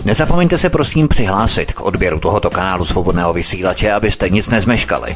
Nezapomeňte se prosím přihlásit k odběru tohoto kanálu Svobodného vysílače, abyste nic nezmeškali.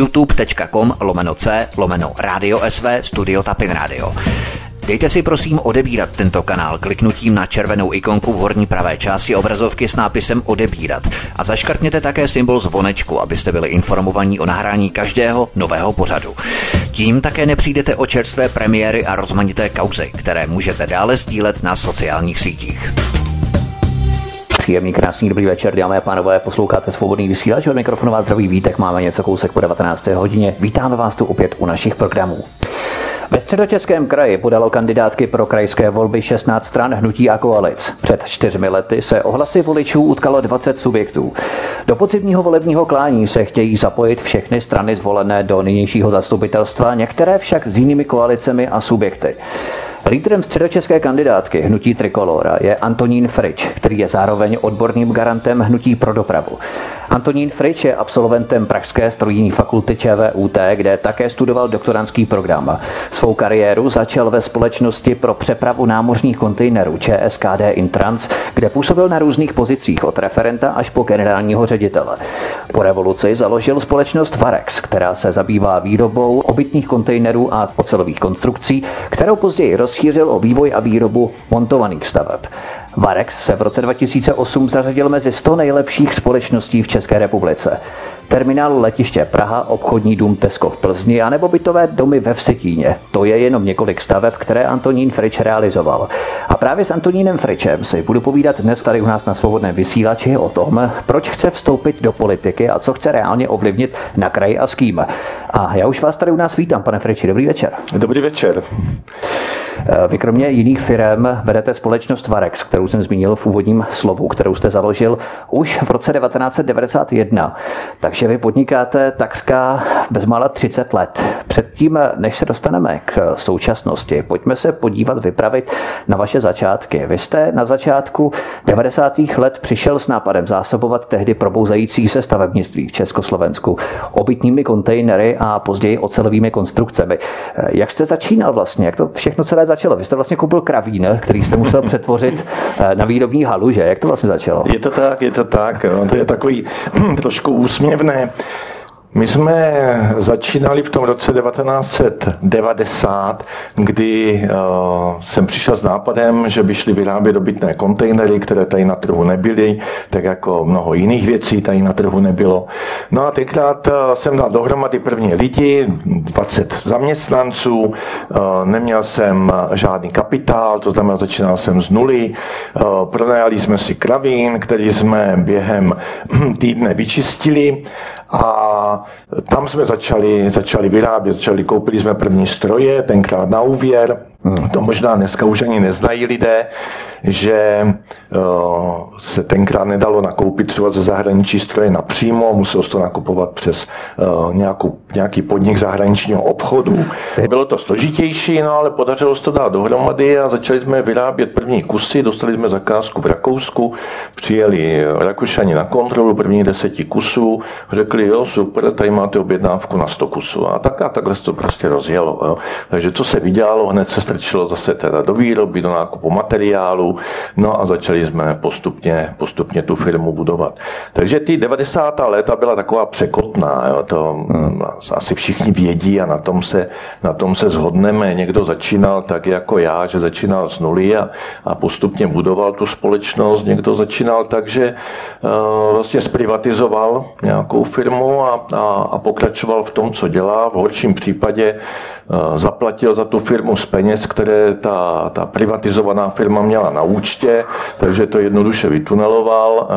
youtube.com/c/Radio SV Studio Tapin Radio. Dejte si prosím odebírat tento kanál kliknutím na červenou ikonku v horní pravé části obrazovky s nápisem odebírat a zaškrtněte také symbol zvonečku, abyste byli informovaní o nahrání každého nového pořadu. Tím také nepřijdete o čerstvé premiéry a rozmanité kauzy, které můžete dále sdílet na sociálních sítích. Příjemný, krásný, dobrý večer, dámy a pánové, posloucháte Svobodný vysílač, od mikrofonu vás zdraví Vítek, máme něco kousek po 19. hodině, vítáme vás tu opět u našich programů. Ve Středočeském kraji podalo kandidátky pro krajské volby 16 stran, hnutí a koalic. Před 4 lety se o hlasy voličů utkalo 20 subjektů. Do podzimního volebního klání se chtějí zapojit všechny strany zvolené do nynějšího zastupitelstva, některé však s jinými koalicemi a subjekty. Lídrem středočeské kandidátky hnutí Trikolóra je Antonín Frič, který je zároveň odborným garantem hnutí pro dopravu. Antonín Frič je absolventem Pražské strojní fakulty ČVUT, kde také studoval doktorandský program. Svou kariéru začal ve společnosti pro přepravu námořních kontejnerů ČSKD Intrans, kde působil na různých pozicích od referenta až po generálního ředitele. Po revoluci založil společnost Varex, která se zabývá výrobou obytných kontejnerů a ocelových konstrukcí, kterou později rozšířil o vývoj a výrobu montovaných staveb. Varex se v roce 2008 zařadil mezi 100 nejlepších společností v České republice. Terminál letiště Praha, obchodní dům Tesco v Plzni a nebo bytové domy ve Vsetíně. To je jenom několik staveb, které Antonín Frič realizoval. A právě s Antonínem Fričem si budu povídat dnes tady u nás na Svobodném vysílači o tom, proč chce vstoupit do politiky a co chce reálně ovlivnit na kraji a s kým. A já už vás tady u nás vítám, pane Friči, dobrý večer. Dobrý večer. Vy kromě jiných firem vedete společnost Varex, kterou jsem zmínil v úvodním slovu, kterou jste založil už v roce 1991. Takže vy podnikáte takřka bezmála 30 let. Předtím, než se dostaneme k současnosti, pojďme se podívat, vypravit na vaše začátky. Vy jste na začátku 90. let přišel s nápadem zásobovat tehdy probouzající se stavebnictví v Československu obytnými kontejnery a později ocelovými konstrukcemi. Jak jste začínal vlastně? Jak to všechno celé začalo? Vy jste vlastně koupil kravín, který jste musel přetvořit na výrobní halu, že? Jak to vlastně začalo? Je to tak. To je takový trošku úsměvné. My jsme začínali v tom roce 1990, kdy jsem přišel s nápadem, že by šli vyrábět obytné kontejnery, které tady na trhu nebyly, tak jako mnoho jiných věcí tady na trhu nebylo. No a tenkrát jsem dal dohromady první lidi, 20 zaměstnanců, neměl jsem žádný kapitál, to znamená, začínal jsem z nuly, pronajali jsme si kravín, který jsme během týdne vyčistili, a tam jsme začali vyrábět, koupili jsme první stroje, tenkrát na úvěr. To možná dneska už ani neznají lidé, že se tenkrát nedalo nakoupit třeba ze zahraničí stroje napřímo, muselo se to nakupovat přes nějaký podnik zahraničního obchodu. Bylo to složitější, no ale podařilo se to dát dohromady a začali jsme vyrábět první kusy, dostali jsme zakázku v Rakousku, přijeli Rakušani na kontrolu prvních 10 kusů, řekli, jo, super, tady máte objednávku na 100 kusů a takhle se to prostě rozjelo. Jo. Takže co se vydělalo, hned se strčilo zase teda do výroby, do nákupu materiálu, no a začali jsme postupně tu firmu budovat. Takže ty 90. léta byla taková překotná, jo, to asi všichni vědí a na tom se shodneme. Někdo začínal tak jako já, že začínal z nuly a postupně budoval tu společnost, někdo začínal tak, že vlastně zprivatizoval nějakou firmu a pokračoval v tom, co dělá. V horším případě zaplatil za tu firmu z peněz, které ta privatizovaná firma měla na účtě, takže to jednoduše vytuneloval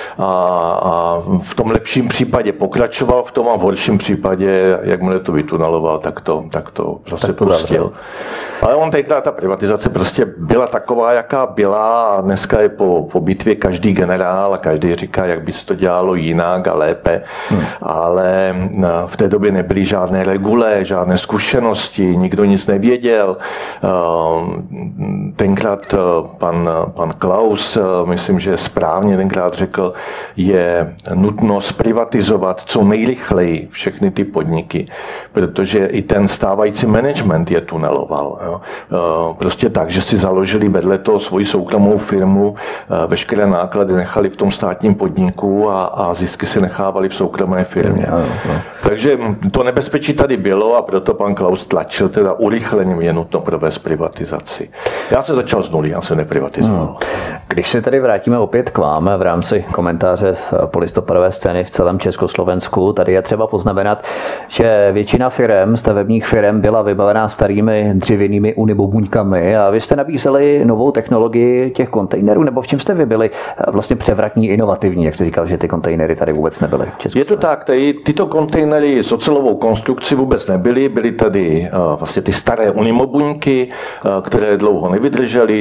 a v tom lepším případě pokračoval v tom a v horším případě, jakmile to vytuneloval, tak to zase pustil. Ale on tenkrát ta privatizace prostě byla taková, jaká byla a dneska je po bitvě každý generál a každý říká, jak by se to dělalo jinak a lépe, ale v té době nebyly žádné regule, žádné zkušenosti, nikdo nic nevěděl, Tenkrát pan Klaus, myslím, že správně tenkrát řekl, je nutno zprivatizovat co nejrychleji všechny ty podniky, protože i ten stávající management je tuneloval. Jo. Prostě tak, že si založili vedle toho svoji soukromou firmu, veškeré náklady nechali v tom státním podniku a zisky si nechávali v soukromé firmě. Takže to nebezpečí tady bylo a proto pan Klaus tlačil, teda urychleně je nutno provést privatizaci. Já se začal z nuly, já se neprivatizoval. Když se tady vrátíme opět k vám v rámci komentáře polistopadové scény v celém Československu, tady je třeba poznamenat, že většina firem, stavebních firem byla vybavená starými dřevěnými unibobuňkami a vy jste nabízeli novou technologii těch kontejnerů, nebo v čem jste vy byli vlastně převratní, inovativní, jak jste říkal, že ty kontejnery tady vůbec nebyly? Je to tak, tyto kontejnery s ocelovou konstrukcí vůbec nebyly, byly tady vlastně ty staré unimobuňky, které dlouho nevydržely,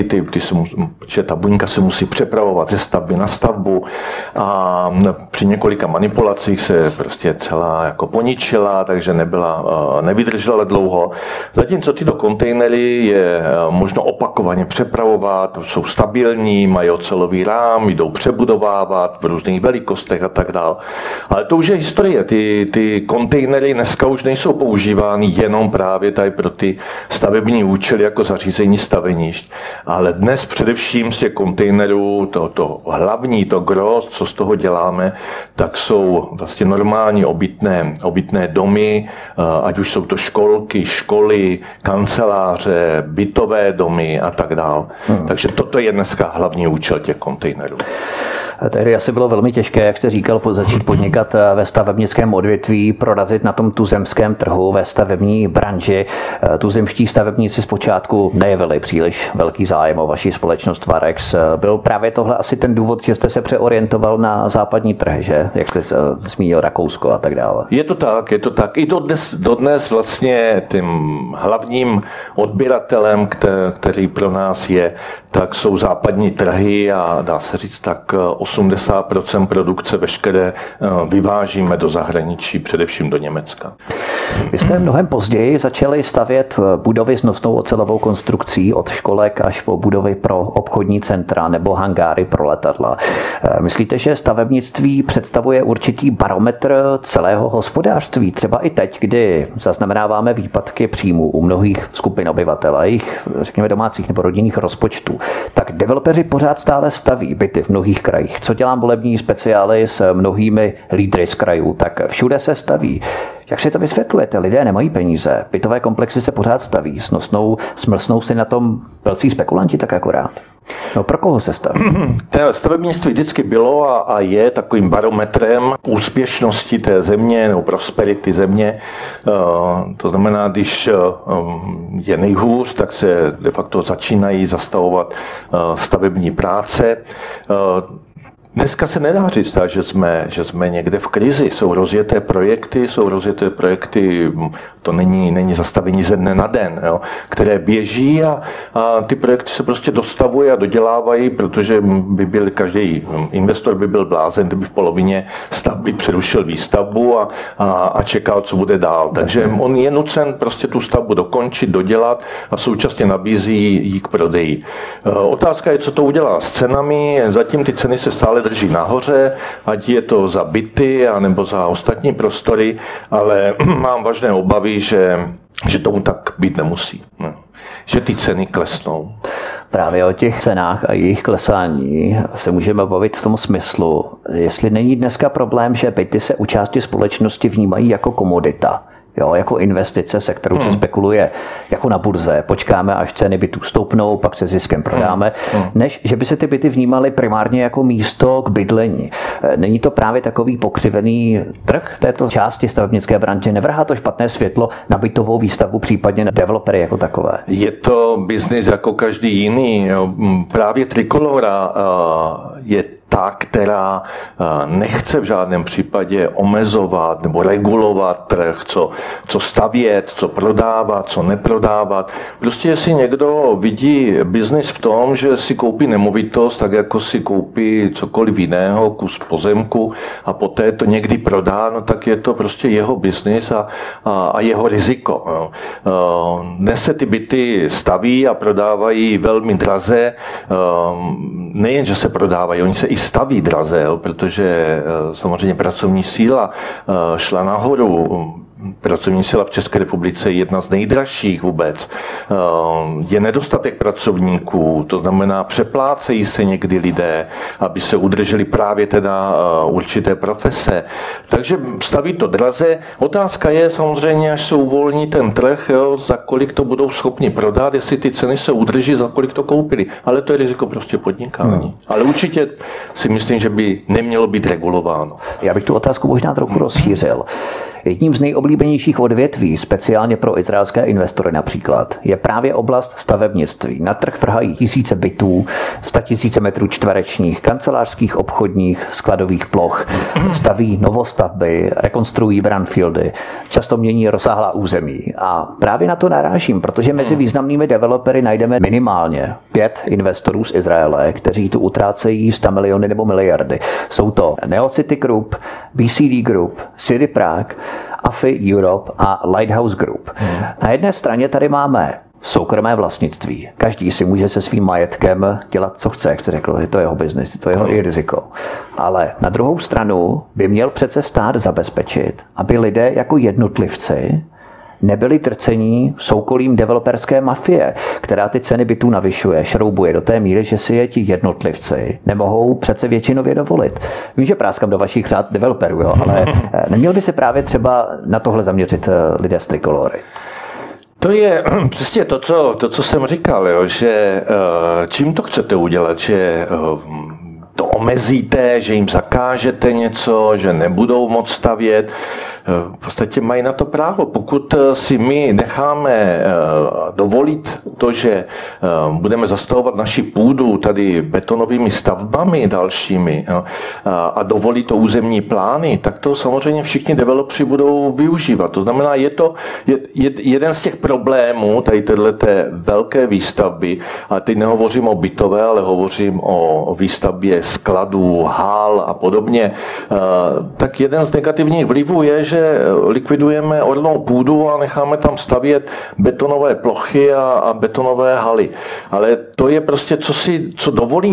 že ta buňka se musí přepravovat ze stavby na stavbu a při několika manipulacích se prostě celá jako poničila, takže nevydržela dlouho. Zatímco tyto kontejnery je možno opakovaně přepravovat, jsou stabilní, mají ocelový rám, jdou přebudovávat v různých velikostech a tak dále. Ale to už je historie. Ty kontejnery dneska už nejsou používány jenom právě tady pro ty stavební účely jako zařízení stavenišť, ale dnes především z těch kontejnerů to hlavní, to gros, co z toho děláme, tak jsou vlastně normální obytné domy, ať už jsou to školky, školy, kanceláře, bytové domy a tak dále. Takže toto je dneska hlavní účel těch kontejnerů. Tehdy asi bylo velmi těžké, jak jste říkal, začít podnikat ve stavebnickém odvětví, prorazit na tom tuzemském trhu, ve stavební branži. Tuzemští stavebníci zpočátku nejevili příliš velký zájem o vaši společnost Varex. Byl právě tohle asi ten důvod, že jste se přeorientoval na západní trhy, že? Jak jste zmínil Rakousko a tak dále. Je to tak. I dodnes vlastně tím hlavním odběratelem, který pro nás je, tak jsou západní trhy a dá se říct tak 80% produkce veškeré vyvážíme do zahraničí, především do Německa. Vy jste mnohem později začali stavět budovy s nosnou ocelovou konstrukcí od školek až po budovy pro obchodní centra nebo hangáry pro letadla. Myslíte, že stavebnictví představuje určitý barometr celého hospodářství? Třeba i teď, kdy zaznamenáváme výpadky příjmů u mnohých skupin obyvatel a jejich, řekněme, domácích nebo rodinných rozpočtů, tak developeři pořád stále staví byty v mnohých krajích. Co dělám volební speciály s mnohými lídry z krajů, tak všude se staví. Jak si to vysvětlujete? Lidé nemají peníze, bytové komplexy se pořád staví, smlsnou si na tom velcí spekulanti tak akorát. No pro koho se staví? Stavebnictví vždycky bylo a je takovým barometrem úspěšnosti té země nebo prosperity země. To znamená, když je nejhůř, tak se de facto začínají zastavovat stavební práce. Dneska se nedá říct, že jsme někde v krizi. Jsou rozjeté projekty, to není zastavení ze dne na den, jo, které běží a ty projekty se prostě dostavují a dodělávají, protože každý investor by byl blázen, kdyby v polovině stavby přerušil výstavbu a čekal, co bude dál. Takže on je nucen prostě tu stavbu dokončit, dodělat a současně nabízí jí k prodeji. Otázka je, co to udělá s cenami. Zatím ty ceny se stále drží nahoře, ať je to za byty anebo za ostatní prostory, ale mám vážné obavy, že tomu tak být nemusí. Že ty ceny klesnou. Právě o těch cenách a jejich klesání se můžeme bavit v tom smyslu, jestli není dneska problém, že byty se u části společnosti vnímají jako komodita. Jo, jako investice, se kterou se spekuluje jako na burze. Počkáme, až ceny bytů stoupnou, pak se ziskem prodáme, než že by se ty byty vnímaly primárně jako místo k bydlení. Není to právě takový pokřivený trh této části stavebnické branže? Nevrhá to špatné světlo na bytovou výstavbu, případně na developery jako takové? Je to biznis jako každý jiný. Právě Trikolora je ta, která nechce v žádném případě omezovat nebo regulovat trh, co stavět, co prodávat, co neprodávat. Prostě jestli někdo vidí biznis v tom, že si koupí nemovitost, tak jako si koupí cokoliv jiného, kus pozemku a poté to někdy prodá, no tak je to prostě jeho biznis a jeho riziko. No. Dnes se ty byty staví a prodávají velmi draze. Nejen, že se prodávají, oni se i staví draze, jo, protože samozřejmě pracovní síla šla nahoru. Pracovní síla v České republice je jedna z nejdražších vůbec. Je nedostatek pracovníků, to znamená přeplácejí se někdy lidé, aby se udrželi právě teda určité profese. Takže staví to draze. Otázka je samozřejmě, až se uvolní ten trh, jo, za kolik to budou schopni prodat, jestli ty ceny se udrží, za kolik to koupili. Ale to je riziko prostě podnikání. Ale určitě si myslím, že by nemělo být regulováno. Já bych tu otázku možná trochu rozšířil. Jedním z nejoblíbenějších odvětví, speciálně pro izraelské investory například, je právě oblast stavebnictví. Na trh vrhají tisíce bytů, 100 000 metrů čtverečních, kancelářských, obchodních, skladových ploch, staví novostavby, rekonstruují brownfieldy, často mění rozsáhlá území. A právě na to narážím, protože mezi významnými developery najdeme minimálně 5 investorů z Izraele, kteří tu utrácejí 100 miliony nebo miliardy. Jsou to Neocity Group, BCD Group, City Prague, AFI Europe a Lighthouse Group. Na jedné straně tady máme soukromé vlastnictví. Každý si může se svým majetkem dělat, co chce, jak jste řekl, je to jeho biznis, je to jeho i riziko. Ale na druhou stranu by měl přece stát zabezpečit, aby lidé jako jednotlivci nebyli trcení soukolím developerské mafie, která ty ceny bytů navyšuje, šroubuje do té míry, že si je ti jednotlivci nemohou přece většinově dovolit. Vím, že práskám do vašich řád developerů, jo, ale neměl by se právě třeba na tohle zaměřit lidé z Trikolory? To je přesně to, co jsem říkal, jo, že čím to chcete udělat, že to omezíte, že jim zakážete něco, že nebudou moc stavět. V podstatě mají na to právo. Pokud si my necháme dovolit to, že budeme zastavovat naši půdu tady betonovými stavbami dalšími a dovolí to územní plány, tak to samozřejmě všichni developři budou využívat. To znamená, je to jeden z těch problémů tady téhleté velké výstavby, a teď nehovořím o bytové, ale hovořím o výstavbě skladů, hál a podobně, tak jeden z negativních vlivů je, že likvidujeme ornou půdu a necháme tam stavět betonové plochy a betonové haly. Ale to je prostě, co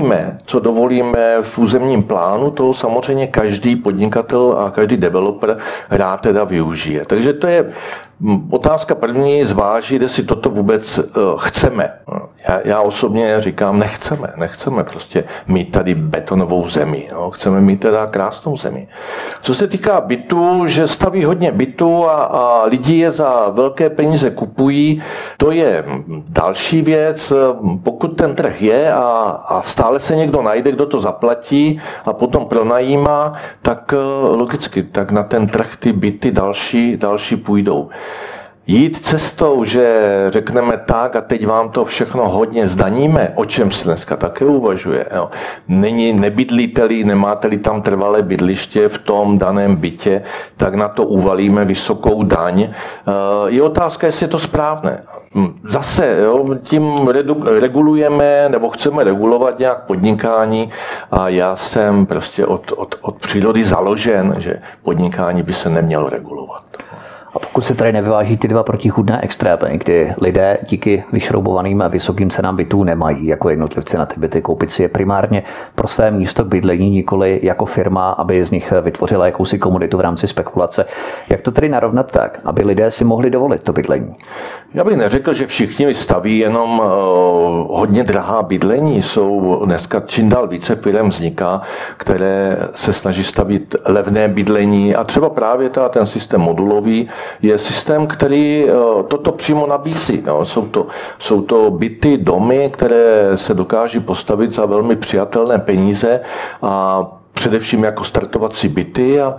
dovolíme v územním plánu, to samozřejmě každý podnikatel a každý developer rád teda využije. Takže to je otázka první, zvážit, jestli toto vůbec chceme. Já osobně říkám, nechceme prostě mít tady betonovou zemi. No. Chceme mít teda krásnou zemi. Co se týká bytů, že staví hodně bytů a lidi je za velké peníze kupují, to je další věc. Pokud ten trh je a stále se někdo najde, kdo to zaplatí a potom pronajímá, tak logicky, tak na ten trh ty byty další půjdou. Jít cestou, že řekneme tak a teď vám to všechno hodně zdaníme, o čem se dneska také uvažuje. Jo. Nebydlíte-li, nemáte-li tam trvalé bydliště v tom daném bytě, tak na to uvalíme vysokou daň. Je otázka, jestli je to správné. Zase jo, tím regulujeme nebo chceme regulovat nějak podnikání a já jsem prostě od přírody založen, že podnikání by se nemělo regulovat. A pokud se tady nevyváží ty dva protichůdné extrémy, kdy lidé díky vyšroubovaným a vysokým cenám bytů nemají jako jednotlivci na ty byty, koupit si je primárně pro své místo k bydlení, nikoli jako firma, aby z nich vytvořila jakousi komunitu v rámci spekulace. Jak to tedy narovnat tak, aby lidé si mohli dovolit to bydlení? Já bych neřekl, že všichni staví jenom hodně drahá bydlení. Jsou dneska čím dál více firem vzniká, které se snaží stavit levné bydlení a třeba právě ten systém modulový je systém, který toto přímo nabízí. No, jsou to byty, domy, které se dokáží postavit za velmi přijatelné peníze a především jako startovací byty a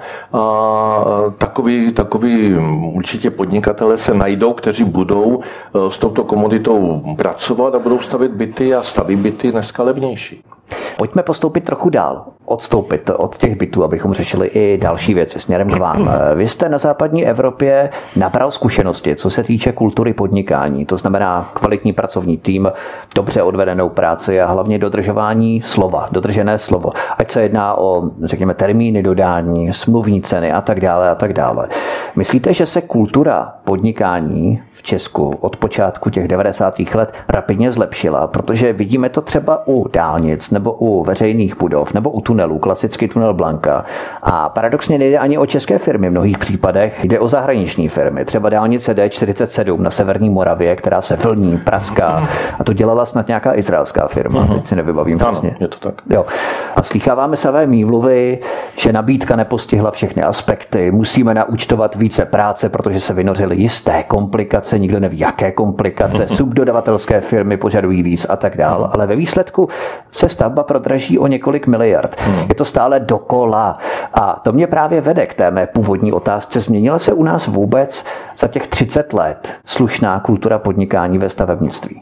takový určitě podnikatelé se najdou, kteří budou s touto komoditou pracovat a budou stavět byty a staví byty dneska levnější. Pojďme postoupit trochu dál. odstoupit od těch bytů, abychom řešili i další věci směrem k vám. Vy jste na západní Evropě nabral zkušenosti, co se týče kultury podnikání, to znamená kvalitní pracovní tým, dobře odvedenou práci a hlavně dodržování slova, dodržené slovo. Ať se jedná o, řekněme, termíny dodání, smluvní ceny a tak dále a tak dále. Myslíte, že se kultura podnikání v Česku od počátku těch 90. let rapidně zlepšila, protože vidíme to třeba u dálnic nebo u veřejných budov nebo u tunelů, klasický tunel Blanka. A paradoxně nejde ani o české firmy v mnohých případech, jde o zahraniční firmy. Třeba dálnice D47 na severní Moravě, která se vlní, praská. A to dělala snad nějaká izraelská firma, teď si nevybavím přesně. Ano, je to tak. Jo. A slýcháváme samé výmluvy, že nabídka nepostihla všechny aspekty, musíme naúčtovat více práce, protože se vynořily jisté komplikace, nikdo neví, jaké komplikace, subdodavatelské firmy požadují víc a tak dál, ale ve výsledku se stavba prodraží o několik miliard. Je to stále dokola a to mě právě vede k té mé původní otázce. Změnila se u nás vůbec za těch 30 let slušná kultura podnikání ve stavebnictví?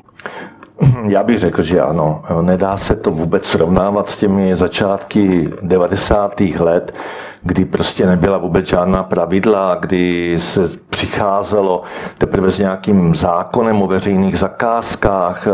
Já bych řekl, že ano. Nedá se to vůbec srovnávat s těmi začátky 90. let, kdy prostě nebyla vůbec žádná pravidla, kdy se přicházelo teprve s nějakým zákonem o veřejných zakázkách,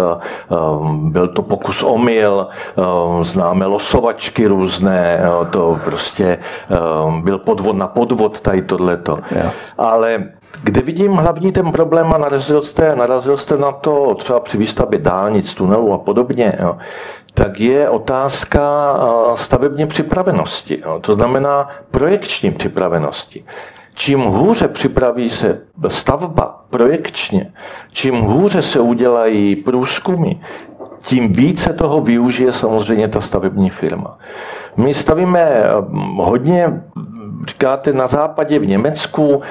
byl to pokus omyl, známe losovačky různé, to prostě byl podvod na podvod, tady tohleto. Ale kde vidím hlavní ten problém a narazil jste na to třeba při výstavbě dálnic, tunelů a podobně, tak je otázka stavební připravenosti. To znamená projekční připravenosti. Čím hůře připraví se stavba projekčně, čím hůře se udělají průzkumy, tím více toho využije samozřejmě ta stavební firma. My stavíme hodně, říkáte, na západě v Německu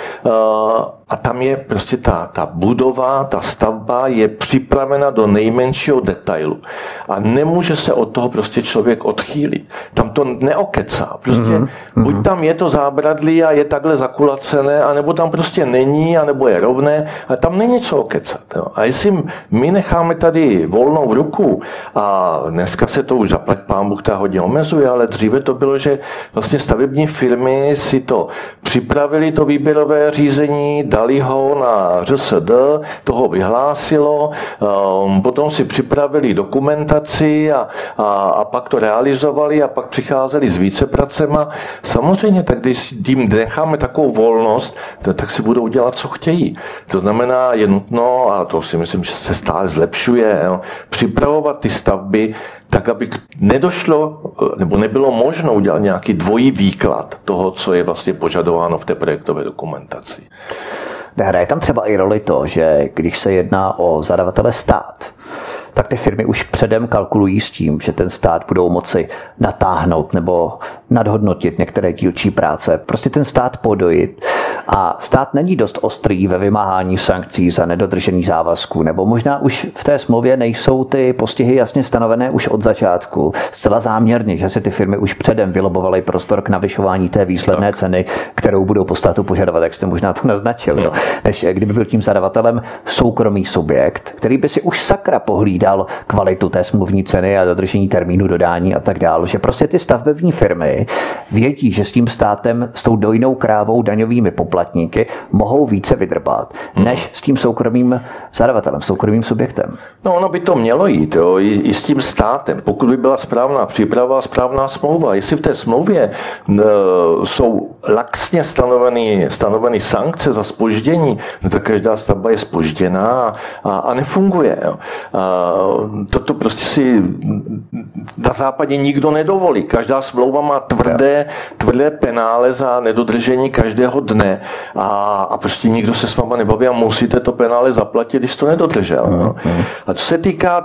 a tam je prostě ta budova, ta stavba je připravena do nejmenšího detailu. A nemůže se od toho prostě člověk odchýlit. Tam to neokecá. Prostě buď tam je to zábradlí a je takhle zakulacené, anebo tam prostě není, anebo je rovné, ale tam není co okecat. Jo. A jestli my necháme tady volnou ruku, a dneska se to už zaplať pán Bůh hodně omezuje, ale dříve to bylo, že vlastně stavební firmy si to připravili, to výběrové řízení, dali ho na ŘSD, toho vyhlásilo, potom si připravili dokumentaci a pak to realizovali a pak přicházeli s vícepracema. Samozřejmě, tak když jim necháme takovou volnost, tak si budou dělat, co chtějí. To znamená, je nutno, a to si myslím, že se stále zlepšuje, připravovat ty stavby tak, aby nedošlo, nebo nebylo možno udělat nějaký dvojí výklad toho, co je vlastně požadováno v té projektové dokumentaci. Hraje tam třeba i roli to, že když se jedná o zadavatele stát, tak ty firmy už předem kalkulují s tím, že ten stát budou moci natáhnout nebo nadhodnotit některé dílčí práce. Prostě ten stát podojit. A stát není dost ostrý ve vymáhání sankcí za nedodržení závazků, nebo možná už v té smlouvě nejsou ty postihy jasně stanovené už od začátku. Zcela záměrně, že si ty firmy už předem vylobovaly prostor k navyšování té výsledné ceny, kterou budou po státu požadovat, jak jste možná to naznačil. No. Než kdyby byl tím zadavatelem soukromý subjekt, který by si už sakra pohlídal kvalitu té smluvní ceny a dodržení termínu dodání a tak dále. Že prostě ty stavební firmy vědí, že s tím státem, s tou dojnou krávou daňovými poplatníky mohou více vydrbat, než s tím soukromým zadavatelem, soukromým subjektem. No, ono by to mělo jít, jo, i s tím státem, pokud by byla správná příprava a správná smlouva. Jestli v té smlouvě jsou laxně stanoveny sankce za zpoždění, no tak každá stavba je zpožděná a nefunguje. Jo. Toto prostě si na západě nikdo nedovolí. Každá smlouva má tvrdé penále za nedodržení každého dne a prostě nikdo se s váma nebaví a musíte to penále zaplatit, když to nedodržel. No. A co se týká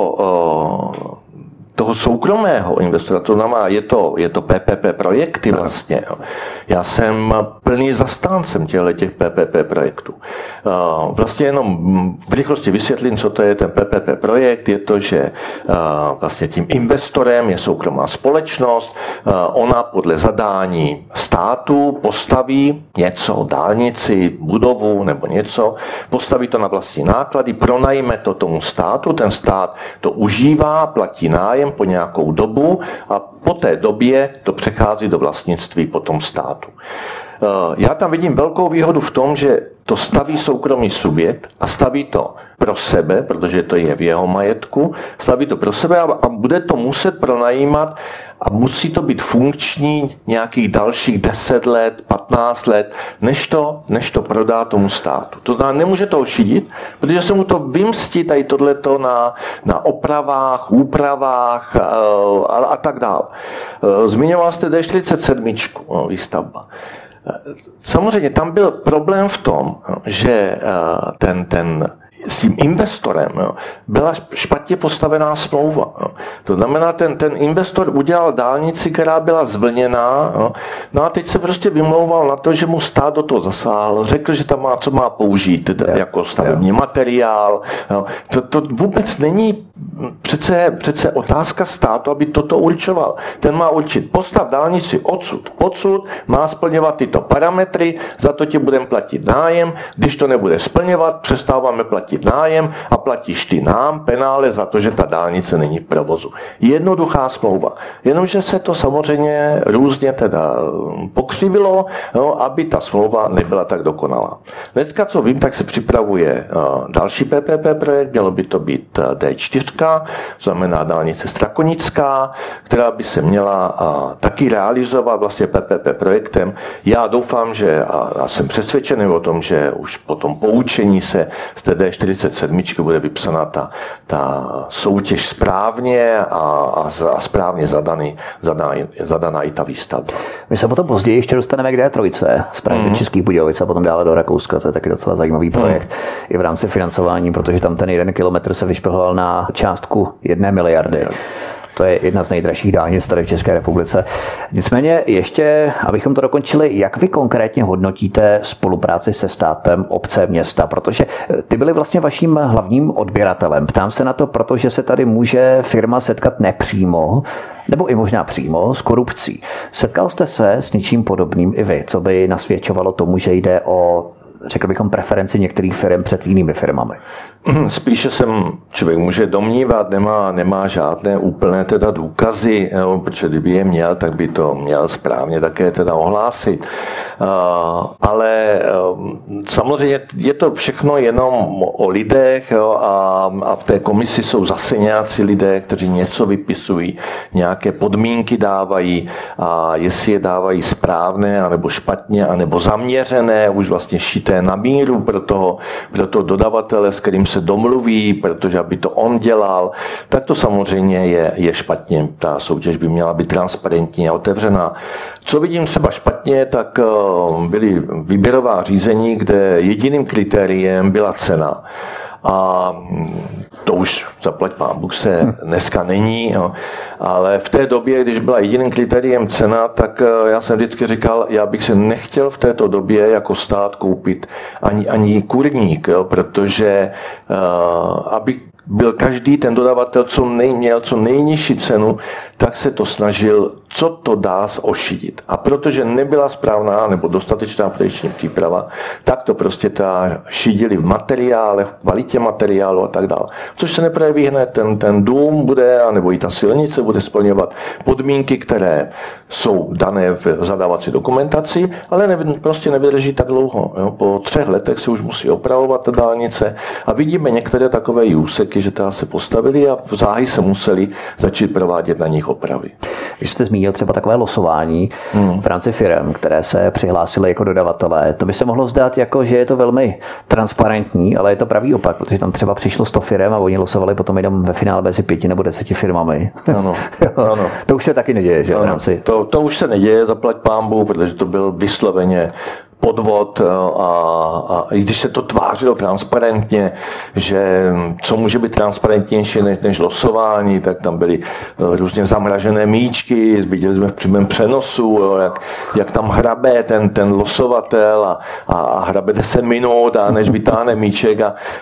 toho soukromého investora, to znamená, je to PPP projekty vlastně. Já jsem plný zastáncem těch PPP projektů. Vlastně jenom v rychlosti vysvětlím, co to je ten PPP projekt. Je to, že vlastně tím investorem je soukromá společnost, ona podle zadání státu postaví něco, dálnici, budovu nebo něco, postaví to na vlastní náklady, pronajme to tomu státu, ten stát to užívá, platí nájem nájem po nějakou dobu a po té době to přechází do vlastnictví potom státu. Já tam vidím velkou výhodu v tom, že to staví soukromý subjekt a staví to pro sebe, protože to je v jeho majetku, staví to pro sebe a bude to muset pronajímat a musí to být funkční nějakých dalších 10 let, 15 let, než to prodá tomu státu. To znamená, nemůže to ošidit, protože se mu to vymstí tady tohleto na opravách, úpravách a tak dále. Zmiňoval jste D47, výstavba. Samozřejmě tam byl problém v tom, že s tím investorem byla špatně postavená smlouva. To znamená, ten investor udělal dálnici, která byla zvlněná, no a teď se prostě vymlouval na to, že mu stát do toho zasáhl, řekl, že tam co má použít jako stavební materiál. To vůbec není přece otázka státu, aby toto určoval. Ten má určit, postav dálnici odsud, má splňovat tyto parametry, za to ti budeme platit nájem, když to nebude splňovat, přestáváme platit nájem a platíš ty nám penále za to, že ta dálnice není v provozu. Jednoduchá smlouva. Jenomže se to samozřejmě různě teda pokřivilo, aby ta smlouva nebyla tak dokonalá. Dneska, co vím, tak se připravuje další PPP projekt, mělo by to být D4, znamená dálnice Strakonická, která by se měla taky realizovat vlastně PPP projektem. Já doufám, a jsem přesvědčený o tom, že už po tom poučení se z té D47 bude vypsaná ta soutěž správně a správně zadaná i ta výstavba. My se potom později ještě dostaneme k D3 z Prahy do Českých Budějovic a potom dále do Rakouska. To je taky docela zajímavý projekt i v rámci financování, protože tam ten 1 kilometr se vyšplhal na částku 1 miliardy. To je jedna z nejdražších dálnic tady v České republice. Nicméně ještě, abychom to dokončili, jak vy konkrétně hodnotíte spolupráci se státem, obce, města? Protože ty byly vlastně vaším hlavním odběratelem. Ptám se na to, protože se tady může firma setkat nepřímo, nebo i možná přímo s korupcí. Setkal jste se s něčím podobným i vy, co by nasvědčovalo tomu, že jde o, řekl bychom, preferenci některých firm před jinými firmami? Spíše člověk může domnívat, nemá žádné úplné teda důkazy, protože kdyby je měl, tak by to měl správně také teda ohlásit. Ale samozřejmě je to všechno jenom o lidech a v té komisi jsou zase nějací lidé, kteří něco vypisují, nějaké podmínky dávají a jestli je dávají správné, anebo špatně, anebo zaměřené, už vlastně šité na míru pro toho dodavatele, s kterým se domluví, protože aby to on dělal, tak to samozřejmě je špatně. Ta soutěž by měla být transparentní a otevřená. Co vidím třeba špatně, tak byly výběrová řízení, kde jediným kritériem byla cena. A to už zaplať pán Bůh se dneska není, ale v té době, když byla jediným kritériem cena, tak já jsem vždycky říkal, já bych se nechtěl v této době jako stát koupit ani kurník, protože aby byl každý ten dodavatel, co měl co nejnižší cenu, tak se to snažil, co to dá ošidit. A protože nebyla správná nebo dostatečná predikční příprava, tak to prostě šidili v materiálech, v kvalitě materiálu a tak dále. Což se neprojeví hned, ten dům bude, nebo i ta silnice bude splňovat podmínky, které jsou dané v zadávací dokumentaci, ale prostě nevydrží tak dlouho. Jo. Po 3 letech se už musí opravovat ta dálnice a vidíme některé takové úseky, že se postavili a záhy se museli začít provádět na nich opravy. Když jste zmínil třeba takové losování v rámci firm, které se přihlásily jako dodavatelé, to by se mohlo zdát jako, že je to velmi transparentní, ale je to pravý opak, protože tam třeba přišlo 100 firm a oni losovali potom jenom ve finále mezi 5 nebo 10 firmami. Ano. To už se taky neděje, že v rámci? To už se neděje, zaplať pánbu, protože to byl vysloveně podvod a i když se to tvářilo transparentně, že co může být transparentnější než losování, tak tam byly různě zamražené míčky, viděli jsme v přímém přenosu, jak tam hrabe ten losovatel a hrabe 10 minut a než vytáhne míček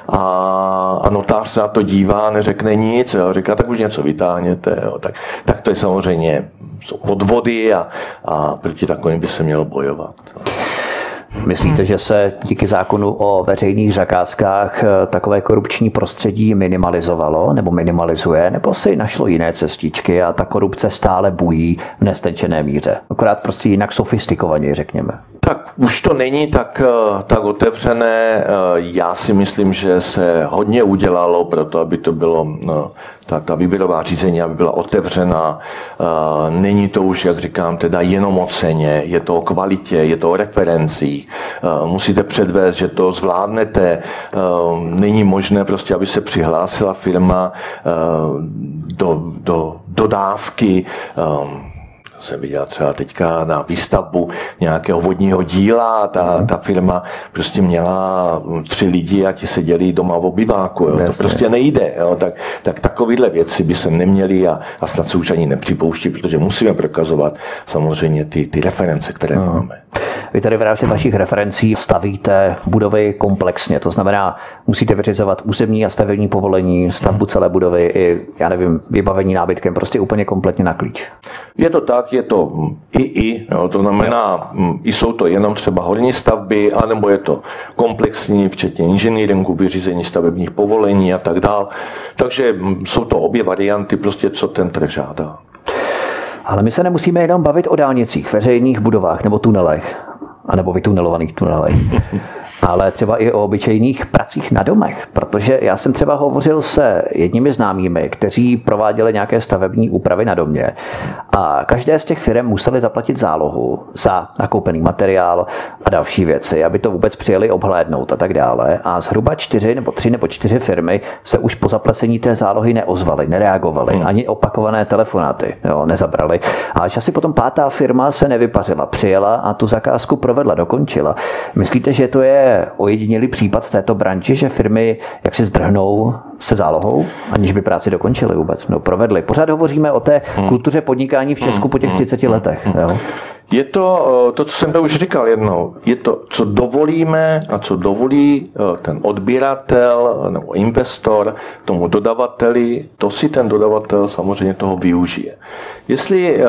a notář se na to dívá, neřekne nic, říká, tak už něco vytáhněte. Tak to je samozřejmě, jsou podvody a proti takovým by se mělo bojovat. Myslíte, že se díky zákonu o veřejných zakázkách takové korupční prostředí minimalizovalo nebo minimalizuje, nebo si našlo jiné cestičky a ta korupce stále bují v nestenčené míře? Akorát prostě jinak sofistikovaně, řekněme. Tak už to není tak otevřené. Já si myslím, že se hodně udělalo pro to, aby to bylo ta výběrová řízení, aby byla otevřená. Není to už, jak říkám, teda jenom o ceně, je to o kvalitě, je to o referencích. Musíte předvést, že to zvládnete. Není možné prostě, aby se přihlásila firma do dodávky. Jsem viděl třeba teďka na výstavbu nějakého vodního díla, ta firma prostě měla 3 lidi a ti seděli doma v obyváku. Jo. To prostě nejde. Jo. Tak takovýhle věci by se neměly a snad se už ani nepřipouští, protože musíme prokazovat samozřejmě ty reference, které máme. Vy tady v rámci vašich referencí stavíte budovy komplexně, to znamená, musíte vyřizovat územní a stavební povolení, stavbu celé budovy i, já nevím, vybavení nábytkem, prostě úplně kompletně na klíč. Je to tak, je to jo, to znamená, jsou to jenom třeba horní stavby, anebo je to komplexní, včetně inženýringu, vyřízení stavebních povolení a tak dál. Takže jsou to obě varianty, prostě co ten trh žádá. Ale my se nemusíme jenom bavit o dálnicích, veřejných budovách nebo tunelech, anebo vytunelovaných tunelech, ale třeba i o obyčejných pracích na domech, protože já jsem třeba hovořil se jedními známými, kteří prováděli nějaké stavební úpravy na domě a každé z těch firem museli zaplatit zálohu za nakoupený materiál a další věci, aby to vůbec přijeli obhlédnout a tak dále. A zhruba 3 nebo 4 firmy se už po zaplacení té zálohy neozvaly, nereagovaly, ani opakované telefonáty nezabrali. A až asi potom 5. firma se nevypařila, přijela a tu zakázku provedla, dokončila. Myslíte, že to je ojedinělý případ v této branži, že firmy jak si zdrhnou se zálohou, aniž by práci dokončily vůbec, provedly? Pořád hovoříme o té kultuře podnikání v Česku po těch 30 letech. Jo? Je to, co jsem to už říkal jednou, je to, co dovolíme a co dovolí ten odběratel nebo investor tomu dodavateli, to si ten dodavatel samozřejmě toho využije. Jestli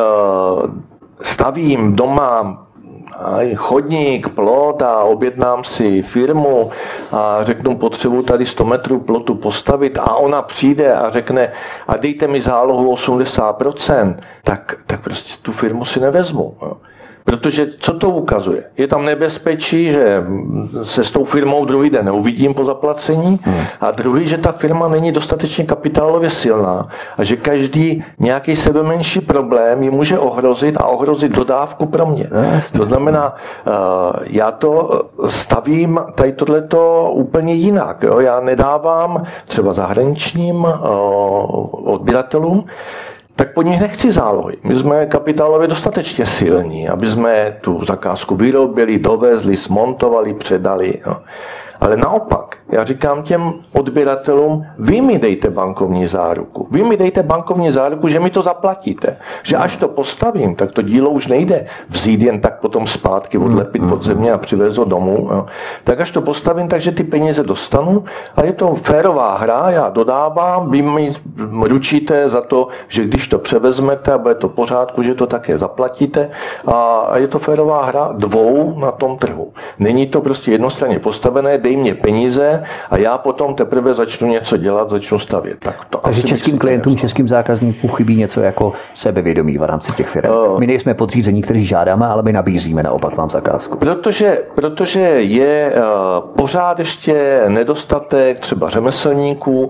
stavím doma chodník, plot a objednám si firmu a řeknu, potřebuji tady 100 metrů plotu postavit a ona přijde a řekne a dejte mi zálohu 80%, tak prostě tu firmu si nevezmu. Protože co to ukazuje? Je tam nebezpečí, že se s tou firmou druhý den neuvidím po zaplacení a druhý, že ta firma není dostatečně kapitálově silná a že každý nějaký sebemenší problém ji může ohrozit dodávku pro mě. To znamená, já to stavím tady tohleto úplně jinak. Jo? Já nedávám třeba zahraničním odběratelům, tak po nich nechci zálohy. My jsme kapitálově dostatečně silní, aby jsme tu zakázku vyrobili, dovezli, smontovali, předali. No. Ale naopak, já říkám těm odběratelům, vy mi dejte bankovní záruku. Vy mi dejte bankovní záruku, že mi to zaplatíte. Že až to postavím, tak to dílo už nejde vzít jen tak potom zpátky, odlepit od země a přivést ho domů. Jo. Tak až to postavím, takže ty peníze dostanu a je to férová hra, já dodávám, vy mi ručíte za to, že když to převezmete a bude to v pořádku, že to také zaplatíte a je to férová hra dvou na tom trhu. Není to prostě jednostranně postavené, dej mě peníze a já potom teprve začnu něco dělat, začnu stavět. Takže českým klientům, českým zákazníkům chybí něco jako sebevědomí v rámci těch firm. My nejsme podřízení, kteří žádáme, ale my nabízíme naopak vám zakázku. Protože je pořád ještě nedostatek třeba řemeslníků.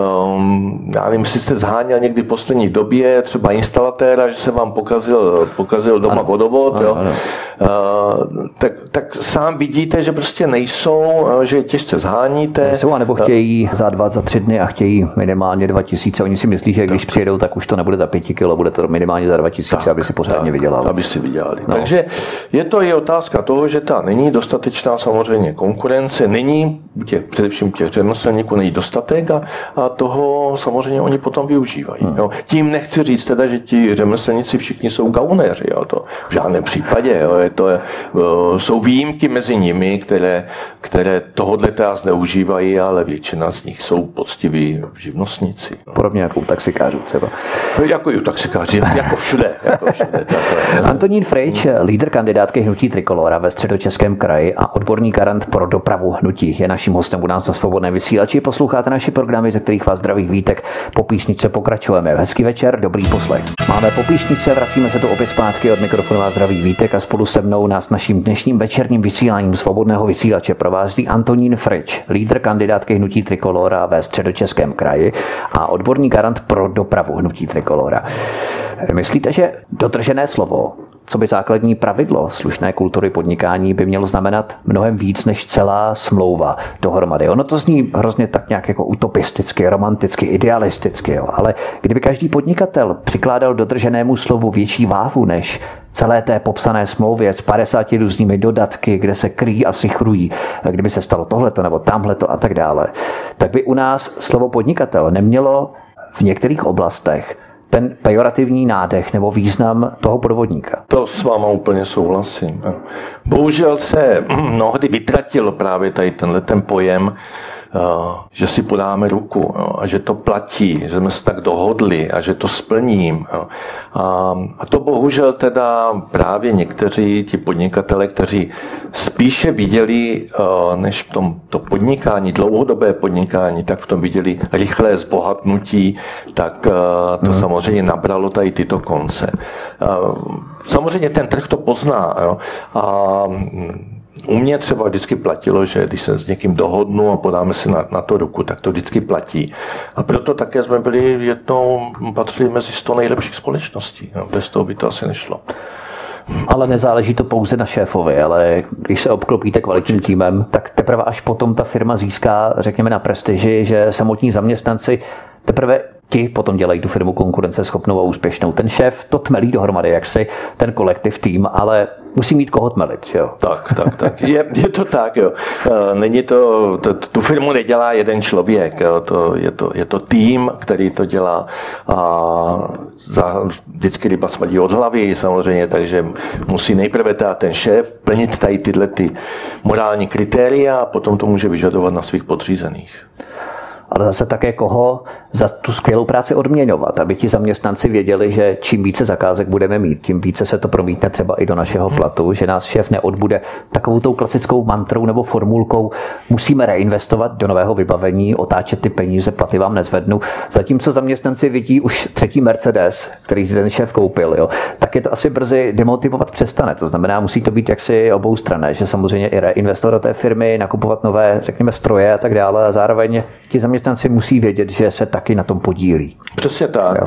Já nevím, jestli jste zháněl někdy v poslední době třeba instalatéra, že se vám pokazil doma vodovod. Ano. Tak sám vidíte, že prostě nejsou, že je těžce zháníte. Nejsou, anebo chtějí za 2, za 3 dny a chtějí minimálně 2000. Oni si myslí, že když přijedou, tak už to nebude za 5 kilo, bude to minimálně za 2000, aby si pořádně vydělali. Aby si vydělali. Takže je to i otázka toho, že ta není dostatečná samozřejmě konkurence, není především těch řemeslníků není dostatek a toho samozřejmě oni potom využívají. Jo. Tím nechci říct teda, že ti řemeslníci všichni jsou gaunéři, jo. To v žádném případě. Jo. Jsou výjimky mezi nimi, které tohodle teda zneužívají, ale většina z nich jsou poctiví živnostníci. Podobně jako u taxikářů třeba. Jako u taxikáři, jako všude. Antonín Frič, lídr kandidátky hnutí Trikolóra ve Středočeském kraji a odborný garant pro dopravu hnutí, je naším hostem u nás na Svobodném vysílači. Posloucháte naše programy, ze kterých vás zdraví Vítek. Po píšničce pokračujeme. Hezký večer, dobrý poslech. Máme po píšničce, vracíme se tu opět zpátky, od mikrofonu vás zdraví Vítek a spolu se mnou nás naším dnešním večerním vysíláním Svobodného vysílače provází Antonín Frič, lídr kandidátky hnutí Trikolóra ve Středočeském kraji a odborný garant pro dopravu hnutí Trikolóra. Myslíte, že dodržené slovo, co by základní pravidlo slušné kultury podnikání, by mělo znamenat mnohem víc než celá smlouva dohromady? Ono to zní hrozně tak nějak jako utopisticky, romanticky, idealisticky, jo. Ale kdyby každý podnikatel přikládal dodrženému slovu větší váhu než celé té popsané smlouvě s 50 různými dodatky, kde se kryjí a sichrují, kdyby se stalo tohleto nebo tamhleto a tak dále, tak by u nás slovo podnikatel nemělo v některých oblastech ten pejorativní nádech nebo význam toho podvodníka. To s váma úplně souhlasím. Bohužel se mnohdy vytratil právě tady ten pojem, že si podáme ruku a že to platí, že jsme se tak dohodli a že to splním. A to bohužel teda právě někteří ti podnikatele, kteří spíše viděli, než v tom to podnikání, dlouhodobé podnikání, tak v tom viděli rychlé zbohatnutí, tak to samozřejmě nabralo tady tyto konce. Samozřejmě ten trh to pozná. Jo? A u mě třeba vždycky platilo, že když se s někým dohodnu a podáme si na to ruku, tak to vždycky platí. A proto také jsme patřili mezi 100 nejlepších společností. No, bez toho by to asi nešlo. Ale nezáleží to pouze na šéfovi, ale když se obklopíte kvalitním týmem, tak teprve až potom ta firma získá, řekněme, na prestiži, že samotní zaměstnanci teprve ti potom dělají tu firmu konkurenceschopnou a úspěšnou. Ten šéf to tmelí dohromady, jaksi ten kolektiv, tým, ale musí mít koho tmelit, jo? Tak. Je to tak, jo. Není tu firmu nedělá jeden člověk, jo. Je to tým, který to dělá a vždycky ryba smrdí od hlavy samozřejmě, takže musí nejprve ten šéf plnit tady tyhle morální kritéria a potom to může vyžadovat na svých podřízených. Ale zase také koho za tu skvělou práci odměňovat, aby ti zaměstnanci věděli, že čím více zakázek budeme mít, tím více se to promítne třeba i do našeho platu, že nás šéf neodbude takovou tou klasickou mantrou nebo formulkou musíme reinvestovat do nového vybavení, otáčet ty peníze, platy vám nezvednu. Zatímco zaměstnanci vidí už třetí Mercedes, který ten šéf koupil, jo, tak je to asi brzy demotivovat přestane. To znamená, musí to být jaksi oboustranné, že samozřejmě i reinvestovat do té firmy, nakupovat nové, řekněme, stroje a tak dále a zároveň ti zaměstnanci musí vědět, že se taky na tom podílí. Přesně tak.